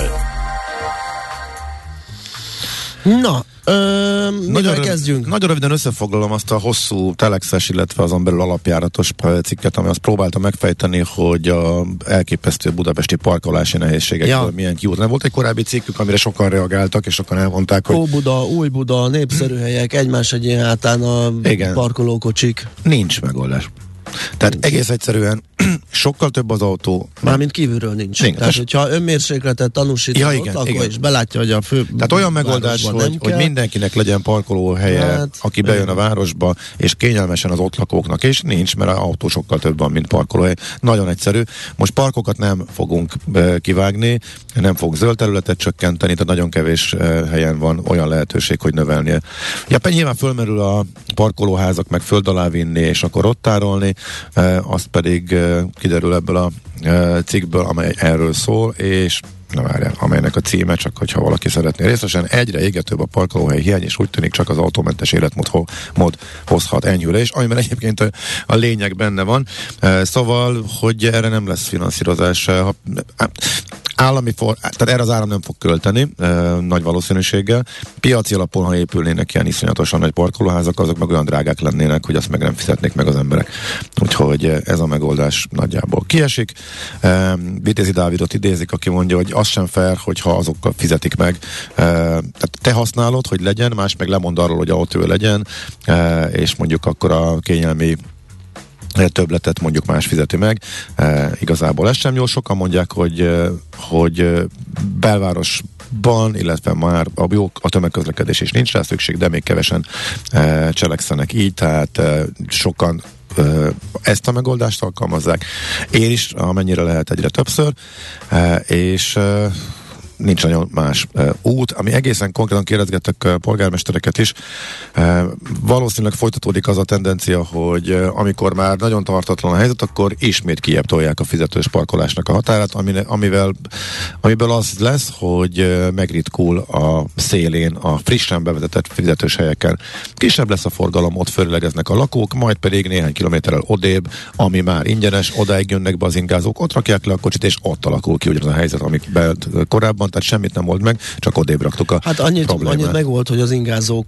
Na, mivel kezdjünk? Nagyon röviden összefoglalom azt a hosszú telexes, illetve azon belül alapjáratos cikket, ami azt próbálta megfejteni, hogy a elképesztő budapesti parkolási nehézségekből milyen kiút. Volt egy korábbi cikkük, amire sokan reagáltak, és sokan elmondták, hogy... Óbuda, Újbuda, népszerű helyek, egymás egyén hátán a parkolókocsik. Nincs megoldás. Tehát egész egyszerűen sokkal több az autó. Mármint kívülről nincs. Tehát, hogyha önmérsékletet tanúsít, akkor is belátja, hogy a fő... Tehát olyan megoldás, hogy mindenkinek legyen parkolóhelye, aki bejön a városba, és kényelmesen az ott lakóknak, és nincs, mert az autó sokkal több van, mint parkolóhely. Nagyon egyszerű. Most parkokat nem fogunk kivágni, nem fogunk zöld területet csökkenteni, tehát nagyon kevés helyen van olyan lehetőség, hogy növelnie. Ja, nyilván fölmerül a parkolóházak meg föld alá vinni, és akkor ott tárolni, azt pedig kiderül ebből a cikkből, amely erről szól, és amelynek a címe, csak hogyha valaki szeretné részesen, egyre égetőbb a parkolóhely hiány, és úgy tűnik csak az autómentes életmód hozhat enyhülés, amiben egyébként a lényeg benne van. Szóval, hogy erre nem lesz finanszírozás. tehát erre az állam nem fog költeni, nagy valószínűséggel. Piaci alapon, ha épülnének ilyen iszonyatosan nagy parkolóházak, azok meg olyan drágák lennének, hogy azt meg nem fizetnék meg az emberek. Úgyhogy ez a megoldás nagyjából kiesik. Vitézi Dávidot idézik, aki mondja, hogy az sem fair, hogyha azokkal fizetik meg. Tehát te használod, hogy legyen, más meg lemond arról, hogy autó legyen, és mondjuk akkor a kényelmi többletet mondjuk más fizeti meg. Igazából ez sem jó. Sokan mondják, hogy belvárosban, illetve már a tömegközlekedés is nincs rá szükség, de még kevesen cselekszenek így, tehát sokan ezt a megoldást alkalmazzák. Én is, amennyire lehet, egyre többször, és nincs nagyon más út, ami egészen konkrétan kérdezgettek polgármestereket is. Valószínűleg folytatódik az a tendencia, hogy amikor már nagyon tartatlan a helyzet, akkor ismét kijebb tolják a fizetős parkolásnak a határát, amiből az lesz, hogy megritkul a szélén a frissen bevezetett fizetős helyeken. Kisebb lesz a forgalom, ott föllegeznek a lakók, majd pedig néhány kilométerrel odébb, ami már ingyenes, odáig jönnek be az ingázók, ott rakják le a kocsit, és ott alakul ki ugyanaz a helyzet, amikben korábban, tehát semmit nem old meg, csak odébb raktuk a problémát. Annyit megvolt, hogy az ingázók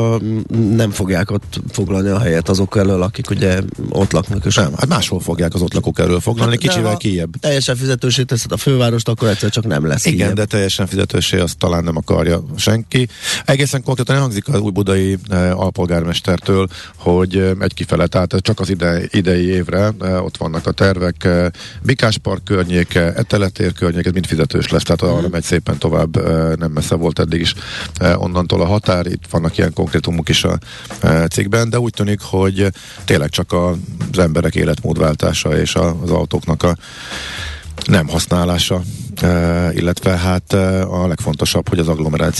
nem fogják ott foglalni a helyet azok elől, akik ugye ott laknak. És nem, hát máshol fogják az ott lakók elől foglalni, hát, kicsivel kijebb. Teljesen fizetősé teszed a fővárost, akkor egyszer csak nem lesz. Igen, kijebb. De teljesen fizetősé azt talán nem akarja senki. Egészen konkrétan elhangzik az újbudai alpolgármestertől, hogy egy kifele, tehát csak az idei évre ott vannak a tervek, Bikáspark környéke, Eteletér környéke, ez mind fizetős lesz, tehát arra megy szépen tovább, nem messze volt eddig is onnantól a határ, itt vannak ilyen konkrétumok is a cikkben, de úgy tűnik, hogy tényleg csak az emberek életmódváltása és az autóknak a nem használása, illetve hát a legfontosabb, hogy az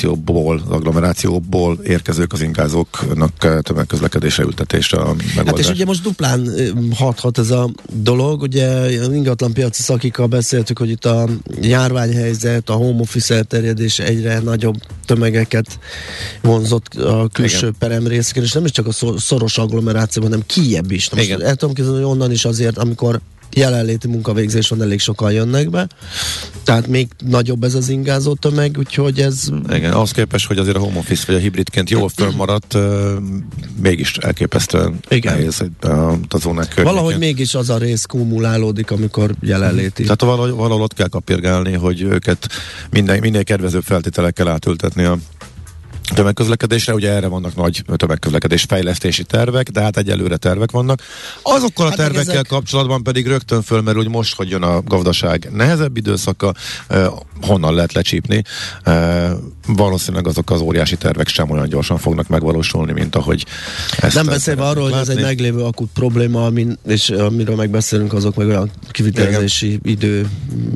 agglomerációból érkezők az ingázóknak tömegközlekedésre ültetésre a megoldás. Hát és ugye most duplán hathat ez a dolog, ugye ingatlan piaci szakikkal beszéltük, hogy itt a járványhelyzet, a home office elterjedés egyre nagyobb tömegeket vonzott a külső peremrészeken, és nem is csak a szoros agglomerációban, hanem kijebb is. Most el tudom képzelni, hogy onnan is azért, amikor jelenléti munkavégzés van, elég sokan jönnek be, tehát még nagyobb ez az ingázó tömeg, úgyhogy ez... Igen, ahhoz képest, hogy azért a home office vagy a hibridként jól fönnmaradt, mégis elképesztően nehéz a zónák környékén. Valahogy mégis az a rész kumulálódik, amikor jelenléti. Tehát valahol ott kell kapirgálni, hogy őket minél kedvezőbb feltételekkel átültetni a tömegközlekedésre, ugye erre vannak nagy tömegközlekedés fejlesztési tervek, de hát egyelőre tervek vannak. Azokkal a tervekkel kapcsolatban pedig rögtön fölmerül, hogy most, hogy jön a gazdaság nehezebb időszaka, honnan lehet lecsípni. Valószínűleg azok az óriási tervek sem olyan gyorsan fognak megvalósulni, mint ahogy ezt... Nem beszélve arról, hogy ez egy meglévő akut probléma, és amiről megbeszélünk, azok meg olyan kivitelezési idő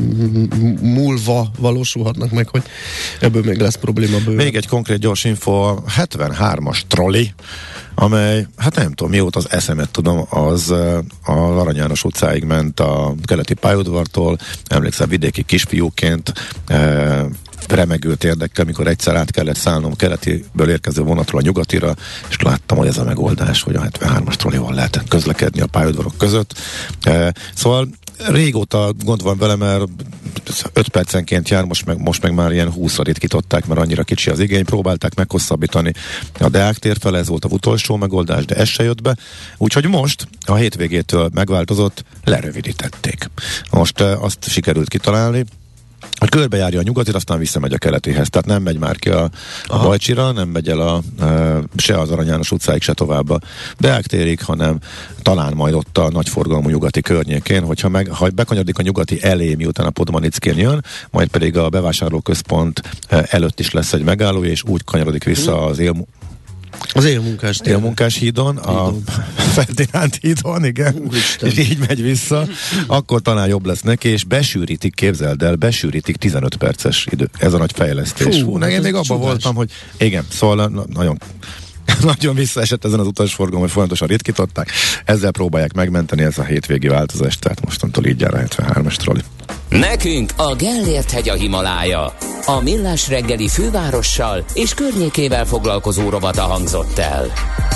múlva valósulhatnak meg, hogy ebből még lesz probléma bőven. Még egy konkrét gyors info, a 73-as troli, amely, hát nem tudom, mióta az eszemet tudom, az Arany János utcáig ment a keleti pályaudvartól, emlékszem, vidéki kisfiúként remegült érdekkel, mikor egyszer át kellett szállnom keletiből érkező vonatról a nyugatira, és láttam, hogy ez a megoldás, hogy a 73-as trollival lehet közlekedni a pályaudvarok között. Szóval régóta gond van vele, mert 5 percenként jár, most meg már ilyen 20-szor ritkították, mert annyira kicsi az igény, próbálták meghosszabbítani a Deák tér fel, ez volt a utolsó megoldás, de ez se jött be, úgyhogy most a hétvégétől megváltozott, lerövidítették. Most azt sikerült kitalálni, hogy körbejárja a nyugatira, aztán visszamegy a keletihez. Tehát nem megy már ki a Bajcsira, nem megy el se az Arany János utcáig, se tovább a Deák térig, hanem talán majd ott a nagyforgalmú nyugati környékén, ha bekanyarodik a nyugati elé, miután a Podmanickén jön, majd pedig a bevásárlóközpont előtt is lesz egy megálló, és úgy kanyarodik vissza az Élmunkás hídon, a Ferdinánd hídon, igen, és így megy vissza, akkor talán jobb lesz neki, és besűrítik 15 perces idő. Ez a nagy fejlesztés. Én még abban voltam, hogy igen, szóval nagyon visszaesett ezen az utasforgalom, hogy folyamatosan ritkították. Ezzel próbálják megmenteni ez a hétvégi változást, tehát mostantól így jár a 73-as trolli. Nekünk a Gellért-hegy a Himalája. A Millás reggeli fővárossal és környékével foglalkozó rovata hangzott el.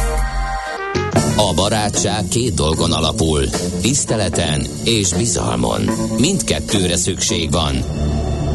A barátság 2 dolgon alapul: tiszteleten és bizalmon. Mindkettőre szükség van.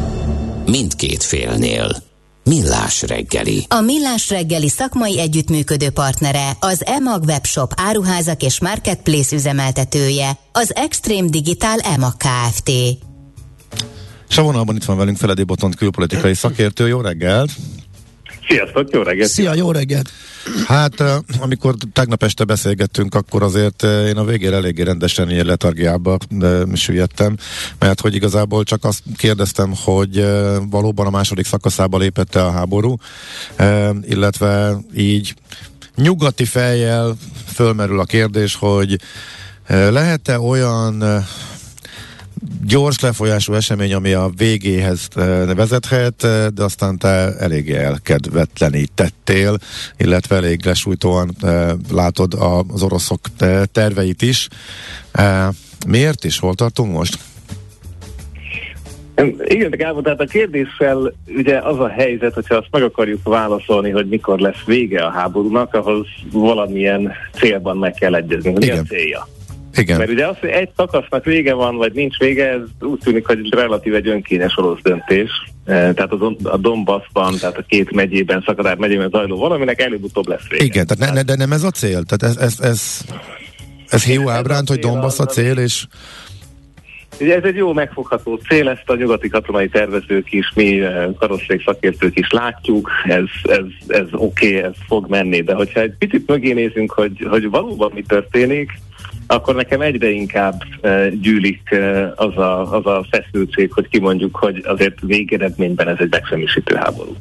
mindkét félnél. Millás reggeli. A Millás reggeli szakmai együttműködő partnere, az EMAG webshop áruházak és marketplace üzemeltetője, az Extreme Digital EMAG Kft. És a vonalban itt van velünk Feledi Botont külpolitikai szakértő. Jó reggelt! Sziasztok, jó reggelt! Szia, jó reggelt! Hát, amikor tegnap este beszélgettünk, akkor azért én a végére eléggé rendesen ilyen letargiába süllyedtem, mert hogy igazából csak azt kérdeztem, hogy valóban a második szakaszába lépett-e a háború, illetve így nyugati fejjel fölmerül a kérdés, hogy lehet-e olyan gyors lefolyású esemény, ami a végéhez vezethet, de aztán te eléggé elkedvetlenítettél, illetve elég lesújtóan látod az oroszok terveit is. Miért is? Hol tartunk most? Igen, de Gábor, tehát a kérdéssel ugye az a helyzet, hogyha azt meg akarjuk válaszolni, hogy mikor lesz vége a háborúnak, ahhoz valamilyen célban meg kell egyezni. Mi a célja? Igen. Mert ugye az, hogy egy szakasznak vége van, vagy nincs vége, ez úgy tűnik, hogy relatív egy önkényes orosz döntés. Tehát a Donbassban, tehát a két megyében, Szakadár megyében zajló valaminek előbb-utóbb lesz vége. Igen, tehát de nem ez a cél? Tehát ez hiú ábránt, hogy Donbass a cél, és... Ugye ez egy jó megfogható cél, ezt a nyugati katonai tervezők is, mi karosszék szakértők is látjuk, ez oké, ez fog menni, de hogyha egy picit mögé nézünk, hogy valóban mi történik, akkor nekem egyre inkább gyűlik az a feszültség, hogy kimondjuk, hogy azért végeredményben ez egy megsemmisítő háború.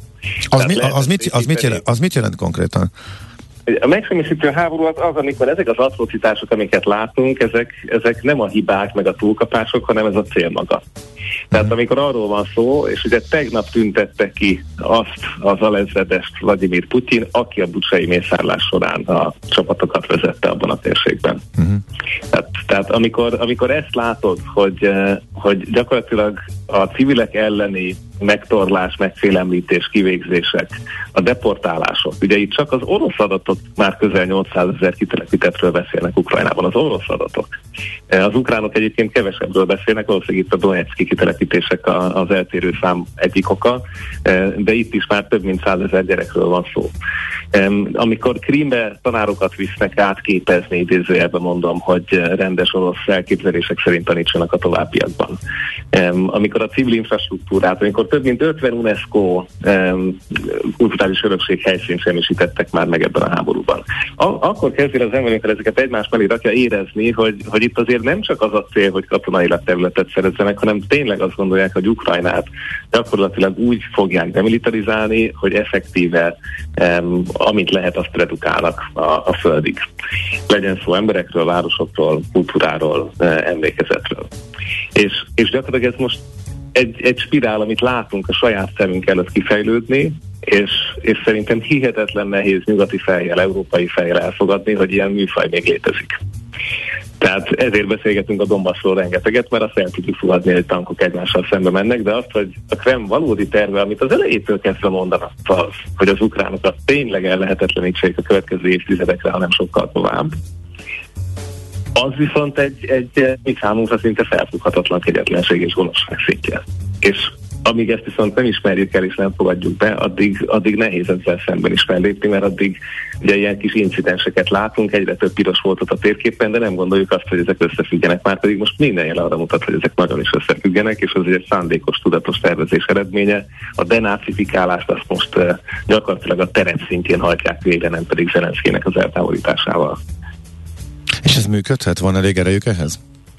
Az mit jelent konkrétan? A megsemmisítő háború az, amikor ezek az atrocitások, amiket látunk, ezek nem a hibák, meg a túlkapások, hanem ez a cél maga. Tehát amikor arról van szó, és ugye tegnap tüntette ki azt az alezredest Vladimir Putyin, aki a bucsai mészárlás során a csapatokat vezette abban a térségben. Tehát amikor ezt látod, hogy gyakorlatilag a civilek elleni megtorlás, megfélemlítés, kivégzések, a deportálások. Ugye itt csak az orosz adatok már közel 800 000 kitelepítettről beszélnek Ukrajnában, az orosz adatok. Az ukránok egyébként kevesebbről beszélnek, valószínűleg itt a Donetszki kitelepítések az eltérő szám egyik oka, de itt is már több mint 100 000 gyerekről van szó. Amikor Krímbe tanárokat visznek átképezni, idézőjelben mondom, hogy rendes orosz elképzelések szerint tanítsanak a továbbiakban. Amikor a civil infrastruktúrát, amikor több mint 50 UNESCO kulturális örökség helyszínt semmisítettek már meg ebben a háborúban. Akkor kezdi az ember, amikor ezeket egymás mellé rakja, érezni, hogy itt azért nem csak az a cél, hogy katonailag területet szerezzenek, hanem tényleg azt gondolják, hogy Ukrajnát gyakorlatilag úgy fogják demilitarizálni, hogy effektíve amit lehet, azt redukálnak a földig. Legyen szó emberekről, városokról, kultúráról, emlékezetről. És gyakorlatilag ez most egy spirál, amit látunk a saját szemünk előtt kifejlődni, és szerintem hihetetlen nehéz nyugati fejjel, európai fejjel elfogadni, hogy ilyen műfaj még létezik. Tehát ezért beszélgetünk a Donbassról rengeteget, mert azt el tudjuk fogadni, hogy tankok egymással szembe mennek, de azt, hogy a Kreml valódi terve, amit az elejétől kezdve mondanak, az, hogy az ukránokat tényleg ellehetetlenítsék a következő évtizedekre, hanem sokkal tovább, az viszont egy mi számunkra szinte felfoghatatlan kegyetlenség és gonoszság szintje. És amíg ezt viszont nem ismerjük el és nem fogadjuk be, addig nehéz ezzel szemben is fellépni, mert addig ugye ilyen kis incidenseket látunk, egyre több piros voltat a térképen, de nem gondoljuk azt, hogy ezek összefüggenek, már pedig most minden jel arra mutat, hogy ezek nagyon is összefüggenek, és az egy szándékos, tudatos tervezés eredménye. A denácifikálást azt most gyakorlatilag a terep szintjén hajtják végre, nem pedig Zelenszkijnek az eltávolításával. És ez működhet? Van elég erejük ehhez?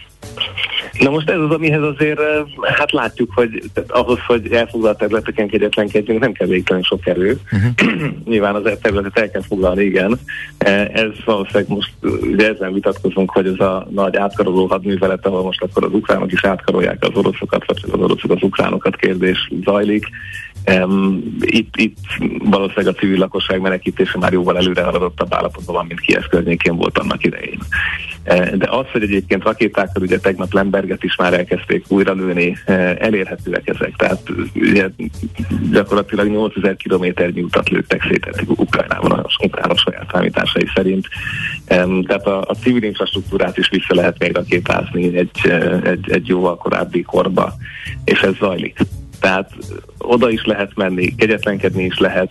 Na most ez az, amihez azért hát látjuk, hogy ahhoz, hogy elfoglalt területeken kegyetlenkedjünk, nem kell végtelen sok erő. Nyilván az területet el kell foglalni, igen. Ez valószínűleg most ugye ezen vitatkozunk, hogy ez a nagy átkaroló hadművelet, ahol most akkor az ukránok is átkarolják az oroszokat, vagy az oroszok az ukránokat kérdés zajlik. Itt valószínűleg a civil lakosság menekítése már jóval előre haladottabb állapotban van, mint Kijeve környékén volt annak idején. De az, hogy egyébként rakétákkal ugye tegnap Lemberget is már elkezdték újra lőni, elérhetőek ezek. Tehát ugye gyakorlatilag 8000 kilométernyi utat lőttek szét Ukrajnában az ukránok saját számításai szerint. Tehát a civil infrastruktúrát is vissza lehet még rakétázni egy jóval korábbi korba, és ez zajlik. Tehát oda is lehet menni, kegyetlenkedni is lehet,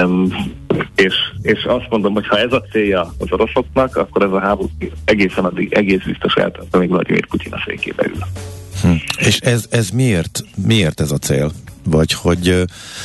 és azt mondom, hogy ha ez a célja az oroszoknak, akkor ez a háború egészen addig egész biztos eltart, amíg Vladimir Putyin a székébe ül. És ez miért ez a cél? Vagy hogy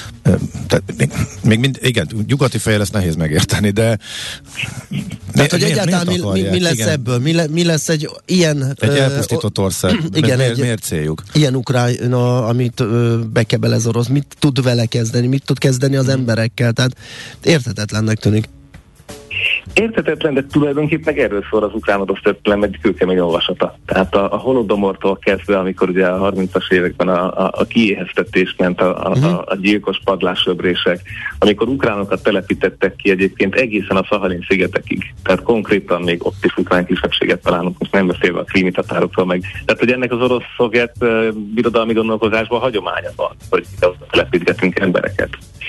igen, nyugati fejjel ezt nehéz megérteni, de tehát, hogy egyáltalán mi lesz igen. Ebből? Mi lesz egy ilyen... Egy elpusztított ország. Igen, miért céljuk? Ilyen Ukrajna, amit bekebel ez orosz, mit tud vele kezdeni, mit tud kezdeni az emberekkel, tehát érthetetlennek tűnik. Érthetetlen, de tulajdonképpen erről szól az ukrán-orosz történelem egy kőkemény olvasata. Tehát a Holodomortól kezdve, amikor ugye a 30-as években a kiéheztetés ment, a gyilkos padlássöbrések, amikor ukránokat telepítettek ki egyébként egészen a Szahalin szigetekig. Tehát konkrétan még ott is ukrán kisebbséget találunk, most nem beszélve a krími tatárokról meg. Tehát, hogy ennek az orosz-szovjet birodalmi gondolkozásban hagyománya van, hogy telepítgetünk embereket.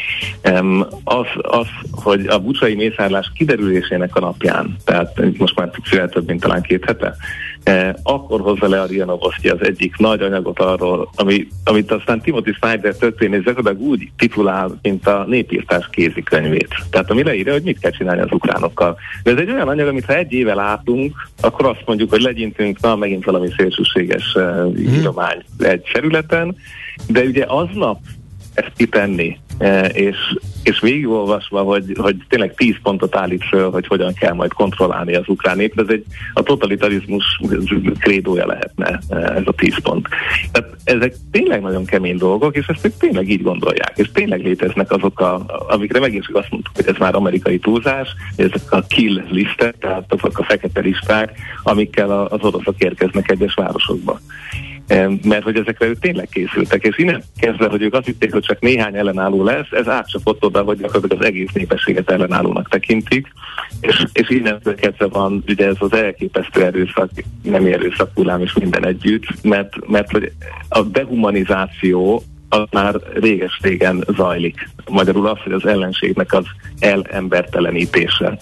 Az, hogy a bucsai mészárlás kiderülésének a napján, tehát most már több mint talán 2 hete, akkor hozza le a RIA Novosti az egyik nagy anyagot arról, amit aztán Timothy Snyder történész gyakorlatilag úgy titulál, mint a népírtás kézikönyvét. Tehát ami leírja, hogy mit kell csinálni az ukránokkal. De ez egy olyan anyag, amit ha 1 éve látunk, akkor azt mondjuk, hogy legyintünk, megint valami szélsőséges íromány egy területen, de ugye aznap ezt kitenni, és végigolvasva, hogy tényleg 10 pontot állít föl, hogy hogyan kell majd kontrollálni az ukrán népet, ez a totalitarizmus krédója lehetne ez a 10 pont. Tehát ezek tényleg nagyon kemény dolgok, és ezt tényleg így gondolják, és tényleg léteznek azok, amikre megint csak azt mondtuk, hogy ez már amerikai túlzás, ezek a kill listek, tehát azok a fekete listák, amikkel az oroszok érkeznek egyes városokba. Mert hogy ezekre ők tényleg készültek, és innen kezdve, hogy ők azt hitték, hogy csak néhány ellenálló lesz, ez átcsapott oda, hogy gyakorlatilag az egész népességet ellenállónak tekintik, és innentől kezdve van ugye ez az elképesztő erőszak, nem erőszak hullám és minden együtt, mert hogy a dehumanizáció az már réges-régen zajlik. Magyarul az, hogy az ellenségnek az elembertelenítése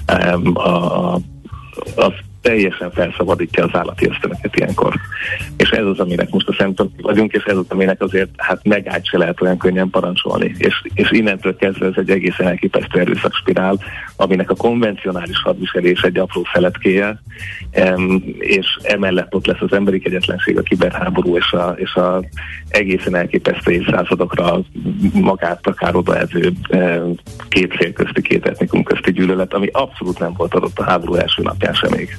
az teljesen felszabadítja az állati ösztönöket ilyenkor. És ez az, aminek most a szemtanúi vagyunk, és ez az, aminek azért megállt se lehet olyan könnyen parancsolni. És innentől kezdve ez egy egészen elképesztő erőszakspirál, aminek a konvencionális hadviselés egy apró szeletkéje, és emellett ott lesz az emberi kegyetlenség, a kiberháború és a egészen elképesztő évszázadokra magát akár odaező 2 fél közti, 2 etnikum közti gyűlölet, ami abszolút nem volt adott a háború első napján sem még.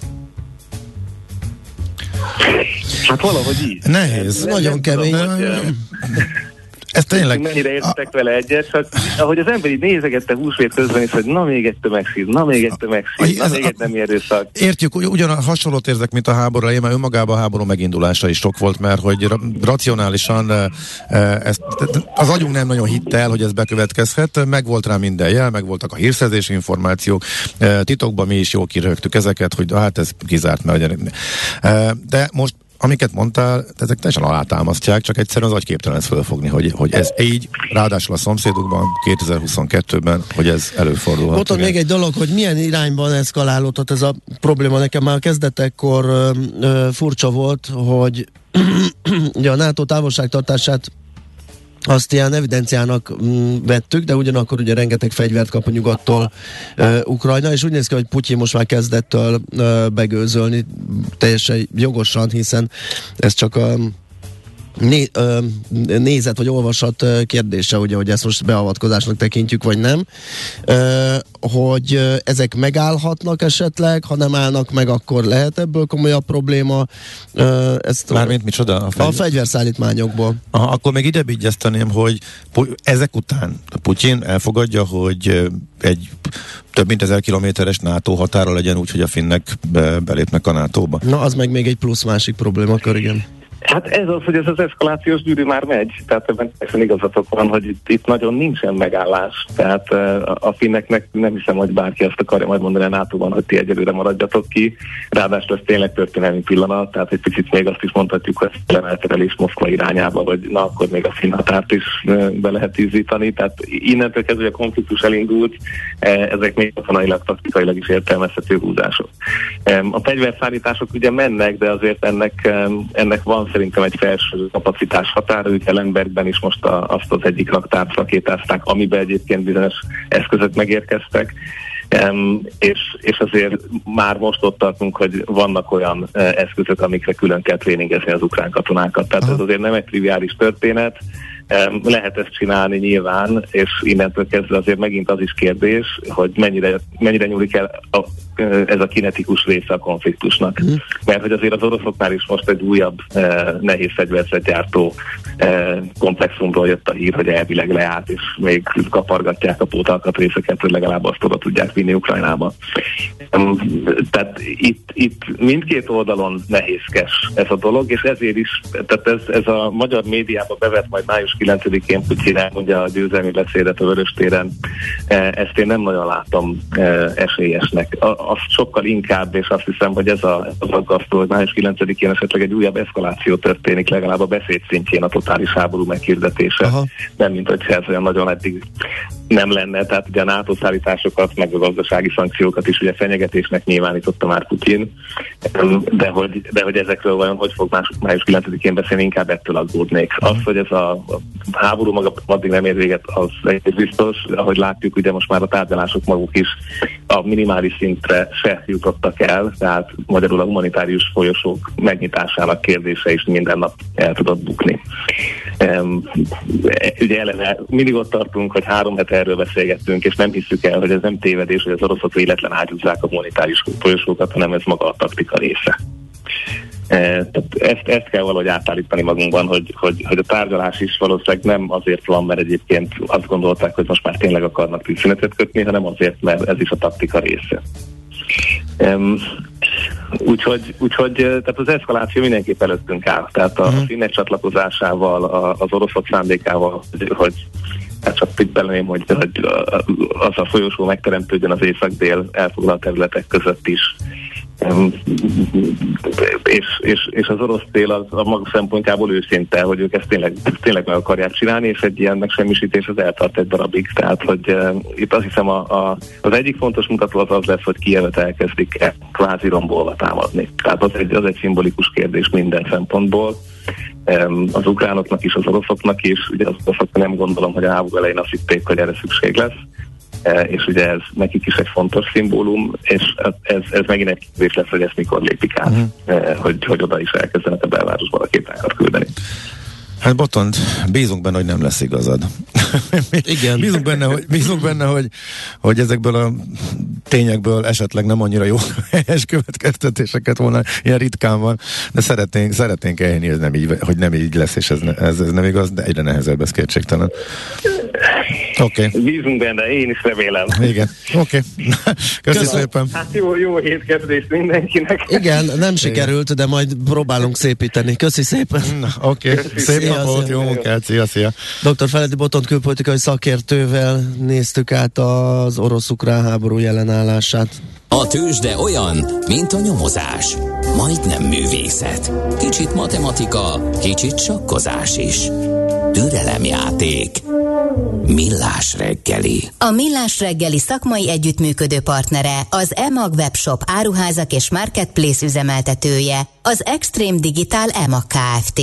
Hát valahogy így. Nehéz, nagyon kemény. Ez tényleg... Mennyire értek vele egyet, csak ahogy az ember így nézegette húsvét közben is, hogy na még egy tömegszív, na még egy nem erőszak. Értjük, ugyan hasonlót érzek, mint a háborúra, én már önmagában a háború megindulása is sok volt, mert hogy racionálisan az agyunk nem nagyon hitte el, hogy ez bekövetkezhet, meg volt rá minden jel, meg voltak a hírszerzési információk, titokban mi is jól kirögtük ezeket, hogy hát ez kizárt, mert de most amiket mondtál, ezek teljesen alátámasztják, csak egyszerűen az agy képtelen ezt fölfogni, hogy ez így, ráadásul a szomszédukban 2022-ben, hogy ez előfordulhat. Ott még egy dolog, hogy milyen irányban eszkalálódhat ez a probléma. Nekem már a kezdetekkor furcsa volt, hogy ugye a NATO távolságtartását azt ilyen evidenciának vettük, de ugyanakkor ugye rengeteg fegyvert kap a nyugattól Ukrajna, és úgy néz ki, hogy Putyin most már kezdettől begőzölni teljesen jogosan, hiszen ez csak a nézet vagy olvasat kérdése, ugye, hogy ezt most beavatkozásnak tekintjük, vagy nem, hogy ezek megállhatnak esetleg, ha nem állnak meg, akkor lehet ebből komolyabb probléma. Mármint micsoda? A fegyverszállítmányokból. Aha, akkor még ide vigyáztaném, hogy ezek után Putyin elfogadja, hogy egy több mint 1000 kilométeres NATO határa legyen úgy, hogy a finnek belépnek a NATO-ba. Na, az meg még egy plusz másik problémakör, igen. Hát ez az, hogy ez az eszkalációs gyűrű már megy, tehát ebben teljesen igazatok van, hogy itt nagyon nincsen megállás, tehát a finneknek nem hiszem, hogy bárki azt akarja majd mondani a NATO-ban, hogy ti egyelőre maradjatok ki, ráadásul ez tényleg történelmi pillanat, tehát egy picit még azt is mondhatjuk, hogy lemelterelés Moszkva irányába, vagy na akkor még a finn határt is be lehet izzítani, tehát innentől kezdve a konfliktus elindult, ezek még katonailag, taktikailag is értelmezhető húzások. A fegyverszállítások ugye mennek, de azért ennek van szerintem egy felső kapacitás határ, ők Ellenbergben is most azt az egyik raktárt rakétázták, amiben egyébként bizonyos eszközök megérkeztek. És azért már most ott tartunk, hogy vannak olyan eszközök, amikre külön kell tréningezni az ukrán katonákat. Tehát ez azért nem egy triviális történet. Lehet ezt csinálni nyilván, és innentől kezdve azért megint az is kérdés, hogy mennyire nyúlik el ez a kinetikus része a konfliktusnak. Mert hogy azért az oroszoknál is most egy újabb nehéz fegyverzetgyártó komplexumról jött a hír, hogy elvileg leállt, és még kapargatják a pótalkatrészeket, hogy legalább azt oda tudják vinni Ukrajnába. Tehát itt mindkét oldalon nehézkes ez a dolog, és ezért is, tehát ez a magyar médiában bevett majd május 9-én Putyin elmondja a győzelmi beszédet a Vöröstéren. Ezt én nem nagyon látom esélyesnek. Az sokkal inkább, és azt hiszem, hogy ez az aggasztó, hogy május 9-én esetleg egy újabb eszkaláció történik, legalább a beszéd szintjén a totális háború meghirdetése. Nem, mint hogyha ez olyan nagyon eddig nem lenne, tehát ugye a NATO szállításokat, meg a gazdasági szankciókat is ugye fenyegetésnek nyilvánította már Putyin, de hogy ezekről vajon hogy fog május 9-én beszélni, inkább ettől aggódnék. Az, hogy ez a háború maga addig nem ér véget, az egy biztos, ahogy látjuk, ugye most már a tárgyalások maguk is a minimális szintre se jutottak el, tehát magyarul a humanitárius folyosók megnyitásának kérdése is minden nap el tudott bukni. Ugye eleve mindig ott tartunk, hogy 3 hete erről beszélgettünk, és nem hiszük el, hogy ez nem tévedés, hogy az oroszok véletlen ágyúzzák a humanitárius folyosókat, hanem ez maga a taktika része. Ezt kell valahogy átállítani magunkban, hogy a tárgyalás is valószínűleg nem azért van, mert egyébként azt gondolták, hogy most már tényleg akarnak tűzszünetet kötni, hanem azért, mert ez is a taktika része. Úgyhogy tehát az eszkaláció mindenképp előttünk áll. Tehát a finnek csatlakozásával, az oroszok szándékával, hogy csak itt beleném, hogy az a folyosó megteremtődjön az észak-dél elfoglalt területek között is. És az orosz fél az a maga szempontjából őszinte, hogy ők ezt tényleg meg akarják csinálni, és egy ilyen megsemmisítés az eltart egy darabig. Tehát, hogy itt azt hiszem az egyik fontos mutató az lesz, hogy Kijevet elkezdik kvázi rombolva támadni. Tehát az egy szimbolikus kérdés minden szempontból. Az ukránoknak is, az oroszoknak is. Ugye az oroszok nem gondolom, hogy a háború elején azt hitték, hogy erre szükség lesz. És ugye ez nekik is egy fontos szimbólum, és ez megint egy kérdés lesz, hogy ezt mikor lépik át, hogy oda is elkezdenek a belvárosban a rakétákat küldeni. Hát Botond, bízunk benne, hogy nem lesz igazad. Igen. Bízunk benne, hogy ezekből a tényekből esetleg nem annyira jó helyes következtetéseket volna, ilyen ritkán van, de szeretnénk elhinni, hogy nem így lesz, és ez nem igaz, de egyre nehezebb, ez kétségtelen. Oké. Bízunk benne, én is remélem. Igen, oké. Köszönöm szépen. Hát jó hétkezdést mindenkinek. Igen, nem sikerült, de majd próbálunk szépíteni. Köszi szépen. Oké. Szép napot, jó munkát, szia. Dr. Feledi Botond külpolitikai szakértővel néztük át az orosz-ukrán háború jelenállását. A tőzsde olyan, mint a nyomozás. Majdnem művészet. Kicsit matematika, kicsit sakkozás is. Türelemjáték. Millás reggeli. A Millás reggeli szakmai együttműködő partnere, az EMAG webshop áruházak és marketplace üzemeltetője, az Extreme Digital EMAG Kft.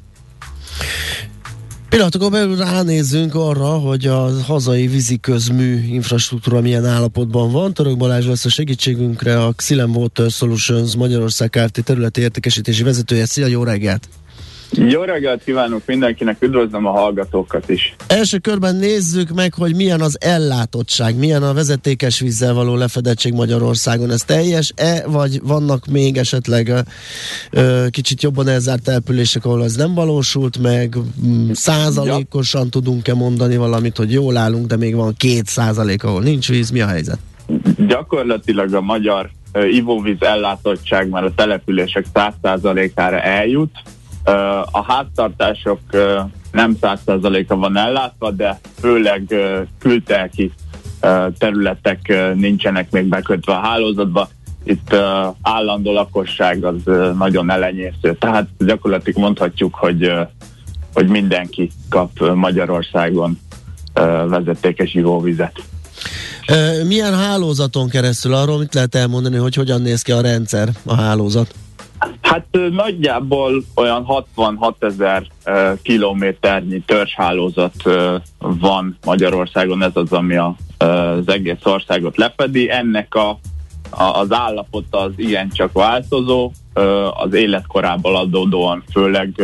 Pillanatokon belül ránézzünk arra, hogy a hazai víziközmű infrastruktúra milyen állapotban van. Török Balázs lesz a segítségünkre, a Xylem Water Solutions Magyarország Kft. Területi értékesítési vezetője. Szia, jó reggelt! Jó reggelt kívánok mindenkinek, üdvözlöm a hallgatókat is. Első körben nézzük meg, hogy milyen az ellátottság, milyen a vezetékes vízzel való lefedettség Magyarországon. Ez teljes-e, vagy vannak még esetleg kicsit jobban elzárt települések, ahol ez nem valósult meg? Százalékosan tudunk-e mondani valamit, hogy jól állunk, de még van 2%, ahol nincs víz? Mi a helyzet? Gyakorlatilag a magyar ivóvíz ellátottság már a települések 100%-ára eljut. A háztartások nem 100%-a van ellátva, de főleg kültelki területek nincsenek még bekötve a hálózatba. Itt állandó lakosság az nagyon elenyésző. Tehát gyakorlatilag mondhatjuk, hogy mindenki kap Magyarországon vezetékes ivóvizet. Milyen hálózaton keresztül? Arról mit lehet elmondani, hogy hogyan néz ki a rendszer, a hálózat? Hát nagyjából olyan 66 000 kilométernyi törzshálózat van Magyarországon, ez az, ami az egész országot lefedi. Ennek az állapota az igencsak változó, az életkorából adódóan, főleg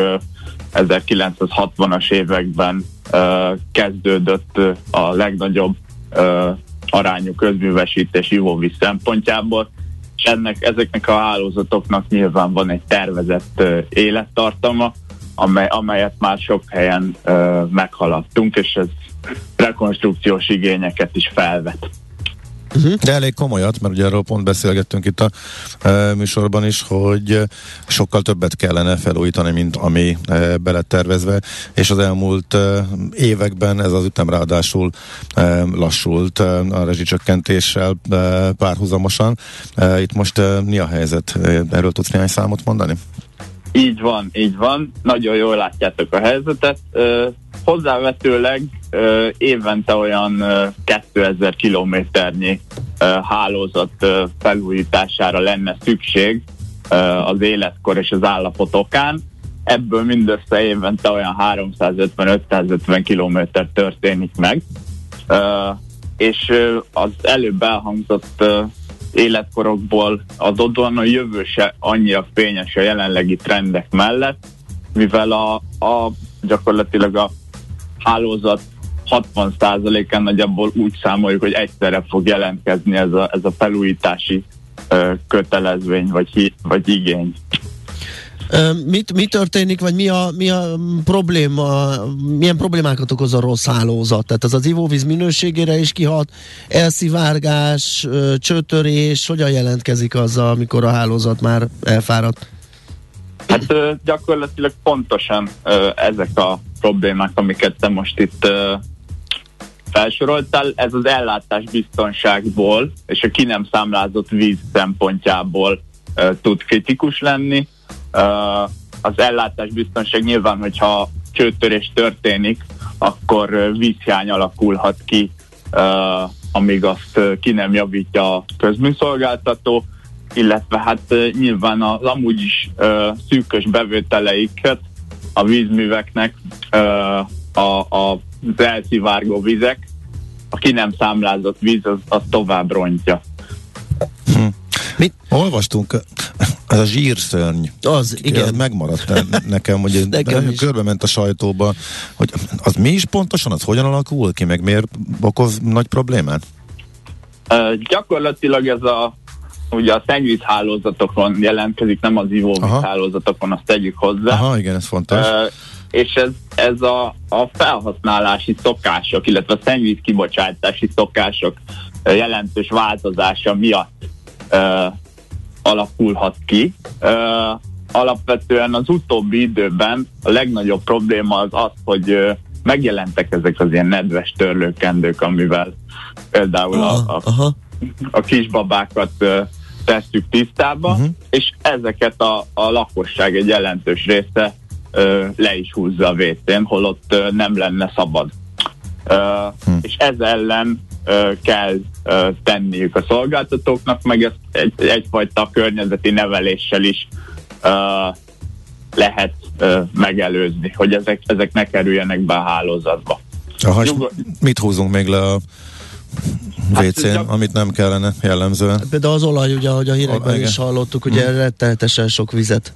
1960-as években kezdődött a legnagyobb arányú közművesítés ivóvíz szempontjából, és ezeknek a hálózatoknak nyilván van egy tervezett élettartama, amelyet már sok helyen meghaladtunk, és ez rekonstrukciós igényeket is felvet. De elég komolyat, mert ugye arról pont beszélgettünk itt a műsorban is, hogy sokkal többet kellene felújítani, mint ami beletervezve, és az elmúlt években ez az ütem ráadásul lassult a rezsicsökkentéssel párhuzamosan. Itt most mi a helyzet? Erről tudsz néhány számot mondani? Így van. Nagyon jól látjátok a helyzetet. Hozzávetőleg évente olyan 2000 kilométernyi hálózat felújítására lenne szükség az életkor és az állapot okán. Ebből mindössze évente olyan 350-550 kilométer történik meg. És az előbb elhangzott életkorokból adódóan a jövő se annyira fényes a jelenlegi trendek mellett, mivel gyakorlatilag a hálózat 60%-án nagyjából úgy számoljuk, hogy egyszerre fog jelentkezni ez a felújítási kötelezvény vagy igény. Mi történik, vagy mi a probléma, milyen problémákat okoz a rossz hálózat? Tehát az ivóvíz minőségére is kihat, elszivárgás, csőtörés, hogyan jelentkezik azzal, amikor a hálózat már elfáradt? Hát gyakorlatilag pontosan ezek a problémák, amiket te most itt felsoroltál, ez az ellátás biztonságból és a ki nem számlázott víz szempontjából tud kritikus lenni. Az ellátás biztonság nyilván, hogyha csőtörés történik, akkor vízhiány alakulhat ki, amíg azt ki nem javítja a közműszolgáltató, illetve hát nyilván az amúgy is szűkös bevételeiket a vízműveknek az elszivárgó vizek, a ki nem számlázott víz az tovább rontja. Mit olvastunk? Ez a zsírszörny. Az, igen. Ez megmaradt nekem, hogy körbe ment a sajtóba, hogy az mi is pontosan, az hogyan alakul ki, meg miért okoz nagy problémát? Gyakorlatilag ugye a szennyvízhálózatokon jelentkezik, nem az ivóvízhálózatokon, azt tegyük hozzá. Aha, igen, ez fontos. És ez a felhasználási szokások, illetve a szennyvíz kibocsátási szokások jelentős változása miatt alakulhat ki. Alapvetően az utóbbi időben a legnagyobb probléma az, hogy megjelentek ezek az ilyen nedves törlőkendők, amivel például a kisbabákat tesszük tisztába, és ezeket a lakosság egy jelentős része le is húzza a WC-n, holott nem lenne szabad. És ez ellen kell tenniük a szolgáltatóknak, meg ezt egyfajta környezeti neveléssel is lehet megelőzni, hogy ezek ne kerüljenek be a hálózatba. Mit húzunk még le a WC-n, amit nem kellene jellemzően? Például az olaj, ugye, ahogy a hírekben is hallottuk, ugye rettenetesen sok vizet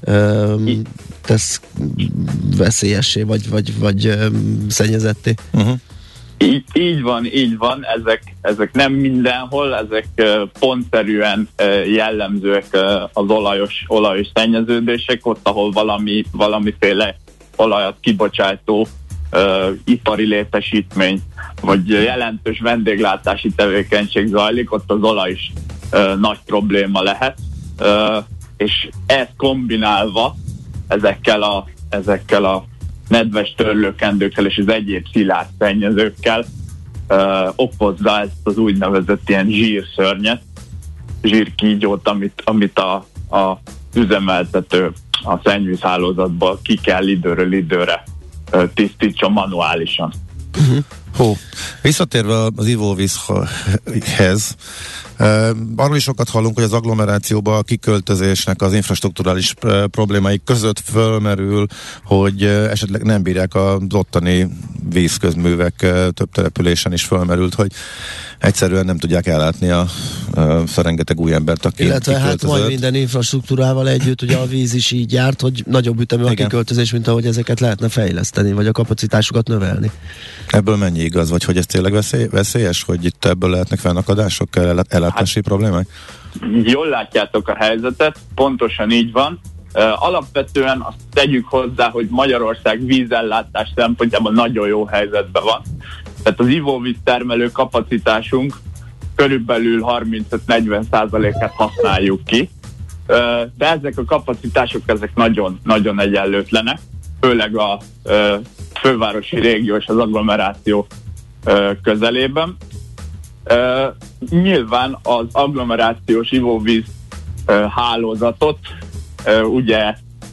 tesz veszélyessé, vagy szennyezetté. Így van, ezek nem mindenhol, ezek pontszerűen jellemzőek az olajos szennyeződések, ott, ahol valamiféle olajat kibocsátó ipari létesítmény, vagy jelentős vendéglátási tevékenység zajlik, ott az olaj is nagy probléma lehet, és ezt kombinálva ezekkel a nedves törlőkendőkkel és az egyéb szilárd szennyezőkkel okozza ezt az úgynevezett ilyen zsírszörnyet, zsírkígyót, amit a üzemeltető a szennyvízhálózatból ki kell időről időre tisztítsa manuálisan. Visszatérve az ivóvízhez, Arról is sokat hallunk, hogy az agglomerációban a kiköltözésnek az infrastrukturális problémái között fölmerül, hogy esetleg nem bírják az ottani vízközművek, több településen is fölmerült, hogy egyszerűen nem tudják ellátni a rengeteg új embert, aki illetve kiköltözött. Hát majd minden infrastruktúrával együtt, ugye a víz is így járt, hogy nagyobb ütemű a kiköltözés, mint ahogy ezeket lehetne fejleszteni, vagy a kapacitásukat növelni. Ebből mennyi igaz, vagy hogy ez tényleg veszélyes, hogy itt ebből lehetnek fennakadások, ellátási problémák? Jól látjátok a helyzetet, pontosan így van. Alapvetően azt tegyük hozzá, hogy Magyarország vízellátás szempontjából nagyon jó helyzetben van. Tehát az ivóvíz termelő kapacitásunk körülbelül 35-40%-át használjuk ki, de ezek a kapacitások ezek nagyon, nagyon egyenlőtlenek, főleg a fővárosi régió és az agglomeráció közelében. Nyilván az agglomerációs ivóvíz hálózatot ugye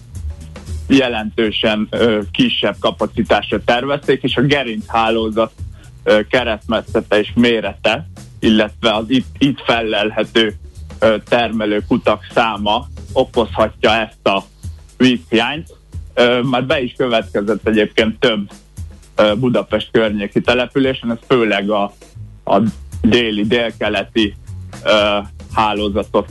jelentősen kisebb kapacitásra tervezték, és a gerinchálózat keresztmetszete és mérete, illetve az itt fellelhető termelőkutak száma okozhatja ezt a vízhiányt. Már be is következett egyébként több Budapest környéki településen, ez főleg a délkeleti hálózatot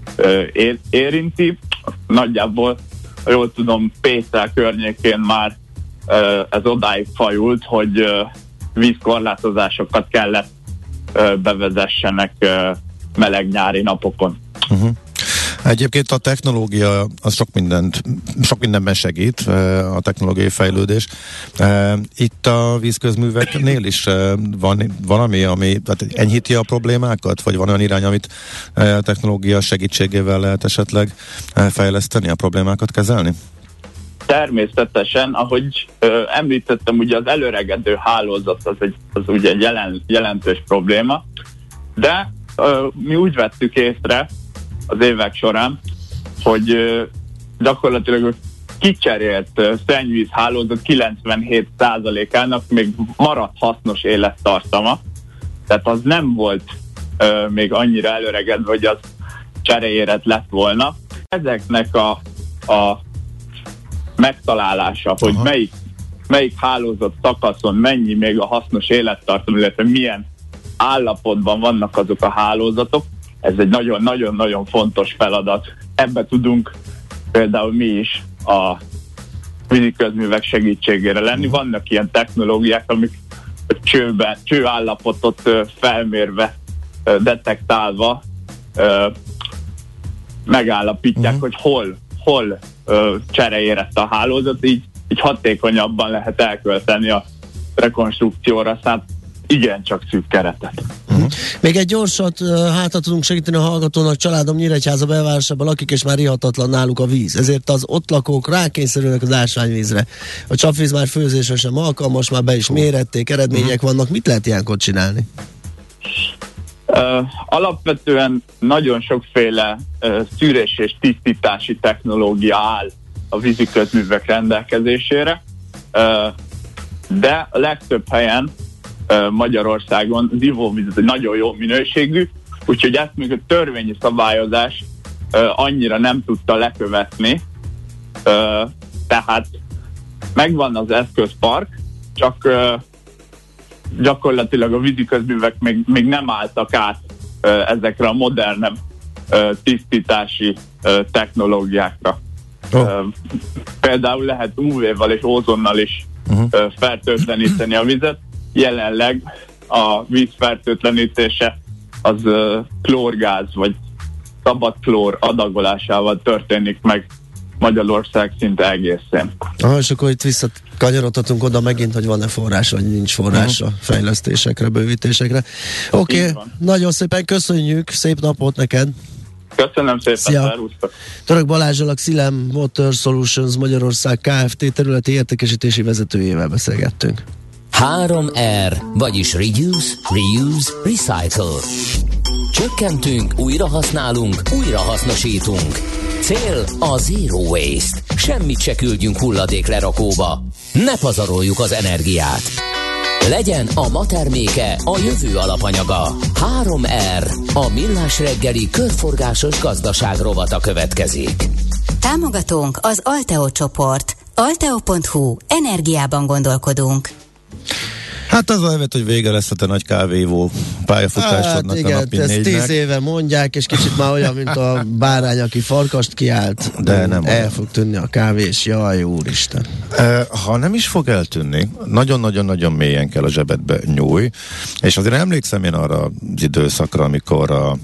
érinti. Nagyjából, jól tudom, Pécsel környékén már ez odáig fajult, hogy vízkorlátozásokat kellett bevezessenek meleg nyári napokon. Egyébként a technológia az sok mindenben segít, a technológiai fejlődés. Itt a vízközműveknél is van valami, ami enyhíti a problémákat, vagy van olyan irány, amit a technológia segítségével lehet esetleg fejleszteni, a problémákat kezelni? Természetesen, ahogy említettem, ugye az előregedő hálózat az ugye egy jelentős probléma, de mi úgy vettük észre az évek során, hogy gyakorlatilag a kicserélt szennyvíz hálózat 97%-ának még maradt hasznos élettartama, tehát az nem volt még annyira előregedve, hogy az cseréért lett volna. Ezeknek a megtalálása, hogy melyik hálózat szakaszon mennyi még a hasznos élettartam, illetve milyen állapotban vannak azok a hálózatok, ez egy nagyon-nagyon fontos feladat. Ebbe tudunk például mi is a víziközművek segítségére lenni. Vannak ilyen technológiák, amik csőállapotot felmérve, detektálva megállapítják, hogy hol csereérett a hálózat, így hatékonyabban lehet elkölteni a rekonstrukcióra szánt igencsak szűk keretet. Még egy gyorsat hátra tudunk segíteni a hallgatónak. Családom Nyíregyháza belvárosában lakik, és már ihatatlan náluk a víz. Ezért az ott lakók rákényszerülnek az ásványvízre. A csapvíz már főzésre sem alkalmas, már be is mérették, eredmények vannak. Mit lehet ilyenkor csinálni? Alapvetően nagyon sokféle szűrés és tisztítási technológia áll a víziközművek rendelkezésére, de a legtöbb helyen Magyarországon az ivóvíz egy nagyon jó minőségű, úgyhogy ezt még a törvényi szabályozás annyira nem tudta lekövetni, tehát megvan az eszközpark, csak gyakorlatilag a víziközművek még nem álltak át ezekre a modernebb tisztítási technológiákra. Például lehet UV-val és ózonnal is fertőtleníteni a vizet. Jelenleg a víz fertőtlenítése az klórgáz vagy szabad klór adagolásával történik meg Magyarország szinte egészen. És akkor itt visszakanyarodhatunk oda megint, hogy van-e forrás, vagy nincs forrás a fejlesztésekre, bővítésekre. Oké, nagyon szépen köszönjük, szép napot neked! Köszönöm szépen, szervusztok! Török Balázsral, a Xylem Water Solutions Magyarország Kft. Területi értékesítési vezetőjével beszélgettünk. 3R, vagyis Reduce, Reuse, Recycle. Csökkentünk, újrahasználunk, újrahasznosítunk. Cél a Zero Waste. Semmit se küldjünk hulladéklerakóba. Ne pazaroljuk az energiát. Legyen a ma terméke a jövő alapanyaga. 3R, a Millás reggeli körforgásos gazdaság rovata következik. Támogatónk az Alteo csoport. Alteo.hu. Energiában gondolkodunk. Hát az lehet, hogy vége lesz a te nagy kávévó pályafutásodnak igen, a napi ezt 4-nek. 10 éve mondják, és kicsit már olyan, mint a bárány, aki farkast kiált. De nem el olyan. fog tűnni a kávé, és jaj, úristen. Ha nem is fog eltűnni, nagyon-nagyon-nagyon mélyen kell a zsebedbe nyúj, és azért emlékszem én arra az időszakra, amikor a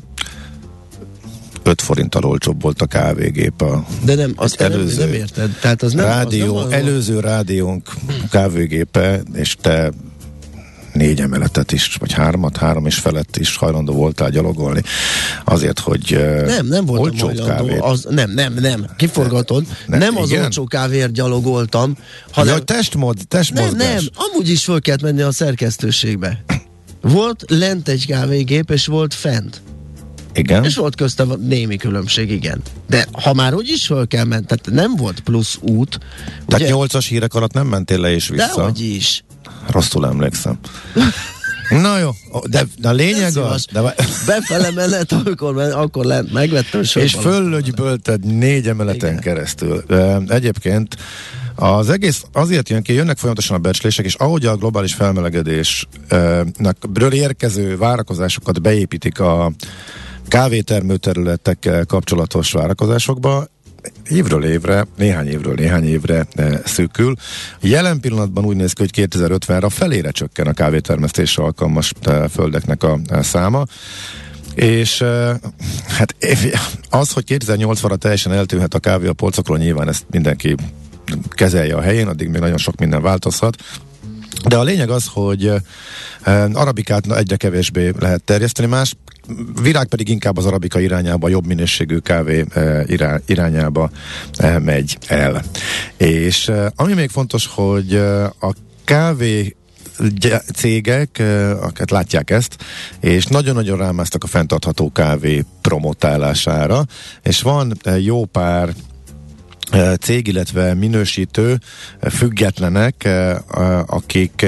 5 forinttal olcsóbb volt a kávégép. De nem, azt előző, nem érted. Tehát az nem, rádió, az nem előző rádiónk kávégépe, és te 4 emeletet is, vagy 3 és felett is hajlandó voltál gyalogolni. Azért, hogy nem voltam olcsó hajlandó. Az, nem. Kiforgatod. Nem az igen? olcsó kávéért gyalogoltam, hanem... Ja, testmozgás. Nem. Amúgy is föl kellett menni a szerkesztőségbe. Volt lent egy kávégép, és volt fent. Igen. És volt köztem némi különbség, igen. De ha már úgyis föl kell menni, tehát nem volt plusz út. Tehát 8-as hírek alatt nem mentél le és vissza? Dehogy is. Rosszul emlékszem. Na jó, de a lényeg az... Befele menet, akkor lent megvettem. És föllögybölted 4 emeleten igen. keresztül. Egyébként az egész azért jön ki, jönnek folyamatosan a becslések, és ahogy a globális felmelegedésről érkező várakozásokat beépítik a kávétermő területekkel kapcsolatos várakozásokba, évről évre, néhány évre szűkül. Jelen pillanatban úgy néz ki, hogy 2050-re a felére csökken a kávétermesztésre alkalmas földeknek a száma. És hát az, hogy 2080-ra teljesen eltűnhet a kávé a polcokról, nyilván ezt mindenki kezelje a helyén, addig még nagyon sok minden változhat. De a lényeg az, hogy arabikát egyre kevésbé lehet terjeszteni, más virág pedig inkább az arabika irányába, jobb minőségű kávé irányába megy el. És ami még fontos, hogy a kávé cégek, akiket látják ezt, és nagyon-nagyon rámásztak a fenntartható kávé promotálására, és van jó pár cég, illetve minősítő függetlenek, akik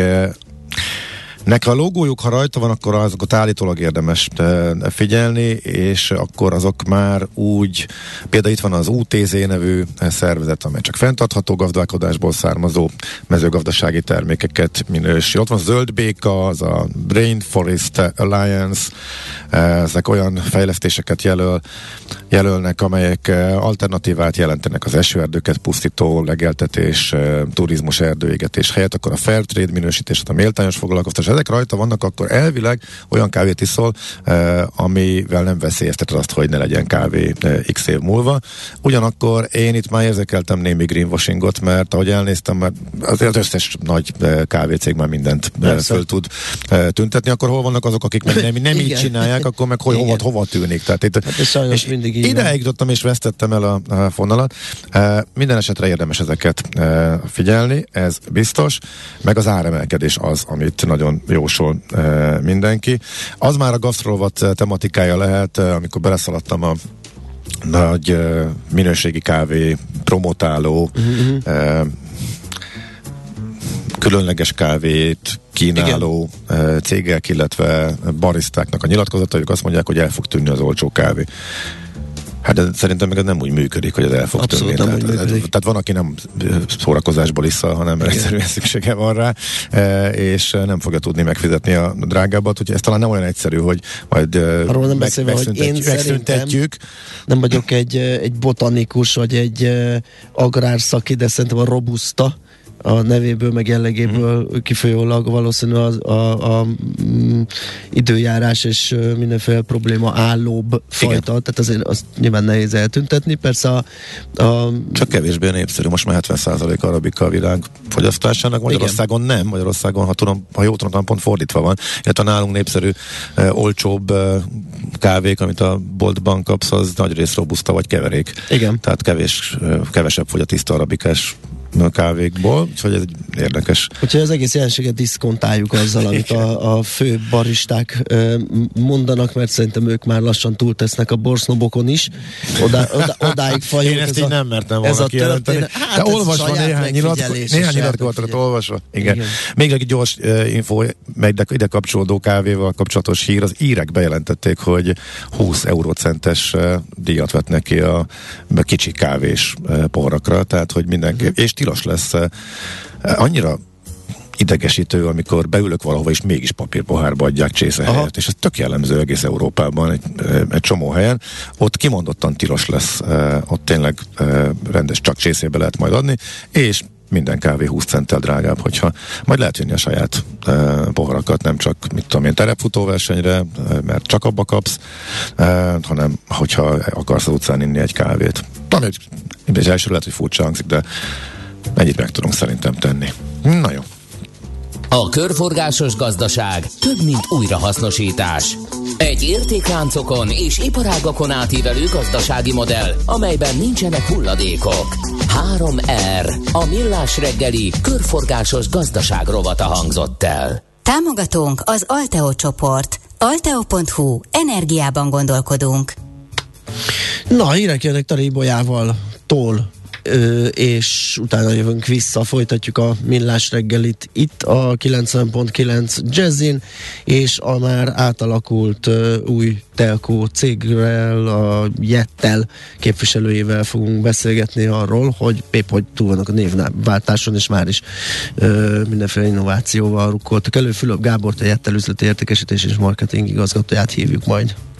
nek a logójuk, ha rajta van, akkor azokat állítólag érdemes figyelni, és akkor azok már úgy, például itt van az UTZ nevű szervezet, amely csak fenntartható gazdálkodásból származó mezőgazdasági termékeket minősít. Ott van a Zöldbéka, az a Rainforest Alliance, ezek olyan fejlesztéseket jelölnek, amelyek alternatívát jelentenek az esőerdőket pusztító legeltetés, turizmus, erdőégetés helyett, akkor a Fairtrade minősítés, a méltányos foglalkoztatás, ezek rajta vannak, akkor elvileg olyan kávét iszol, amivel nem veszélyezteted azt, hogy ne legyen kávé x év múlva. Ugyanakkor én itt már érzékeltem némi greenwashingot, mert ahogy elnéztem, mert az összes nagy kávécég már mindent föl tud tüntetni, akkor hol vannak azok, akik meg nem így csinálják, akkor meg hova tűnik. Tehát itt, hát és mindig ideig jutottam és vesztettem el a fonalat. Minden esetre érdemes ezeket figyelni, ez biztos, meg az áremelkedés az, amit nagyon jósol mindenki. Az már a gasztrolovat tematikája lehet, amikor beleszaladtam a nagy minőségi kávé promotáló különleges kávét kínáló cégek, illetve barisztáknak a nyilatkozataik azt mondják, hogy el fog tűnni az olcsó kávé. Hát de szerintem meg ez nem úgy működik, hogy ez el fog tűnni. Tehát van, aki nem szórakozásból iszza, hanem egyszerűen szüksége van rá, és nem fogja tudni megfizetni a drágábbat, úgyhogy ez talán nem olyan egyszerű, hogy majd megszüntetjük. Nem vagyok egy botanikus, vagy egy agrárszaki, de szerintem a Robusta a nevéből, meg jellegéből kifolyólag valószínű a időjárás és mindenféle probléma állóbb fajta, tehát azért azt nyilván nehéz eltüntetni, persze csak kevésbé népszerű, most már 70% arabika a világ fogyasztásának, Magyarországon nem, Magyarországon, ha jól tudom, pont fordítva van, illetve nálunk népszerű, olcsóbb kávék, amit a boltban kapsz, az nagyrészt robusta vagy keverék. Igen. Tehát kevesebb fogy a tiszta arabikás kávékból, úgyhogy ez egy érdekes. Úgyhogy az egész jelenséget diszkontáljuk azzal, amit a fő baristák mondanak, mert szerintem ők már lassan túltesznek a borsznobokon is. Odáig fajult. Én ezt így nem mertem volna kijelenteni. Hát de olvasva néhány nyilatkozatot olvasva. Igen. Még egy gyors info, meg ide kapcsolódó kávéval kapcsolatos hír, az írek bejelentették, hogy 20 eurocentes díjat vetnek ki a kicsi kávés porrakra, tehát hogy mindenki, és tilos lesz. Annyira idegesítő, amikor beülök valahova, és mégis papírpohárba adják csésze helyett, és ez tök jellemző egész Európában, egy csomó helyen. Ott kimondottan tilos lesz, ott tényleg rendes, csak csészébe lehet majd adni, és minden kávé 20 centtel drágább, hogyha majd lehet vinni a saját poharakat, nem csak, mit tudom én, terepfutóversenyre, mert csak abba kapsz, hanem hogyha akarsz az utcán inni egy kávét. Talán egy első lehet, hogy furcsa hangzik, de ennyit meg tudunk szerintem tenni. Na jó. A körforgásos gazdaság több, mint újrahasznosítás. Egy értékláncokon és iparágakon átívelő gazdasági modell, amelyben nincsenek hulladékok. 3R, a Millás reggeli körforgásos gazdaság rovata hangzott el. Támogatónk az Alteo csoport. Alteo.hu. Energiában gondolkodunk. Na, hírek jönnek Tari Bolyával és utána jövünk vissza, folytatjuk a Millás reggelit itt a 90.9 Jazzin, és a már átalakult új telkó cégrel, a Jettel képviselőjével fogunk beszélgetni arról, hogy épp hogy túl vannak a névváltáson, és már is mindenféle innovációval rukkoltak elő. Fülöp Gábort, a Jettel üzleti értékesítés és marketing igazgatóját hívjuk majd.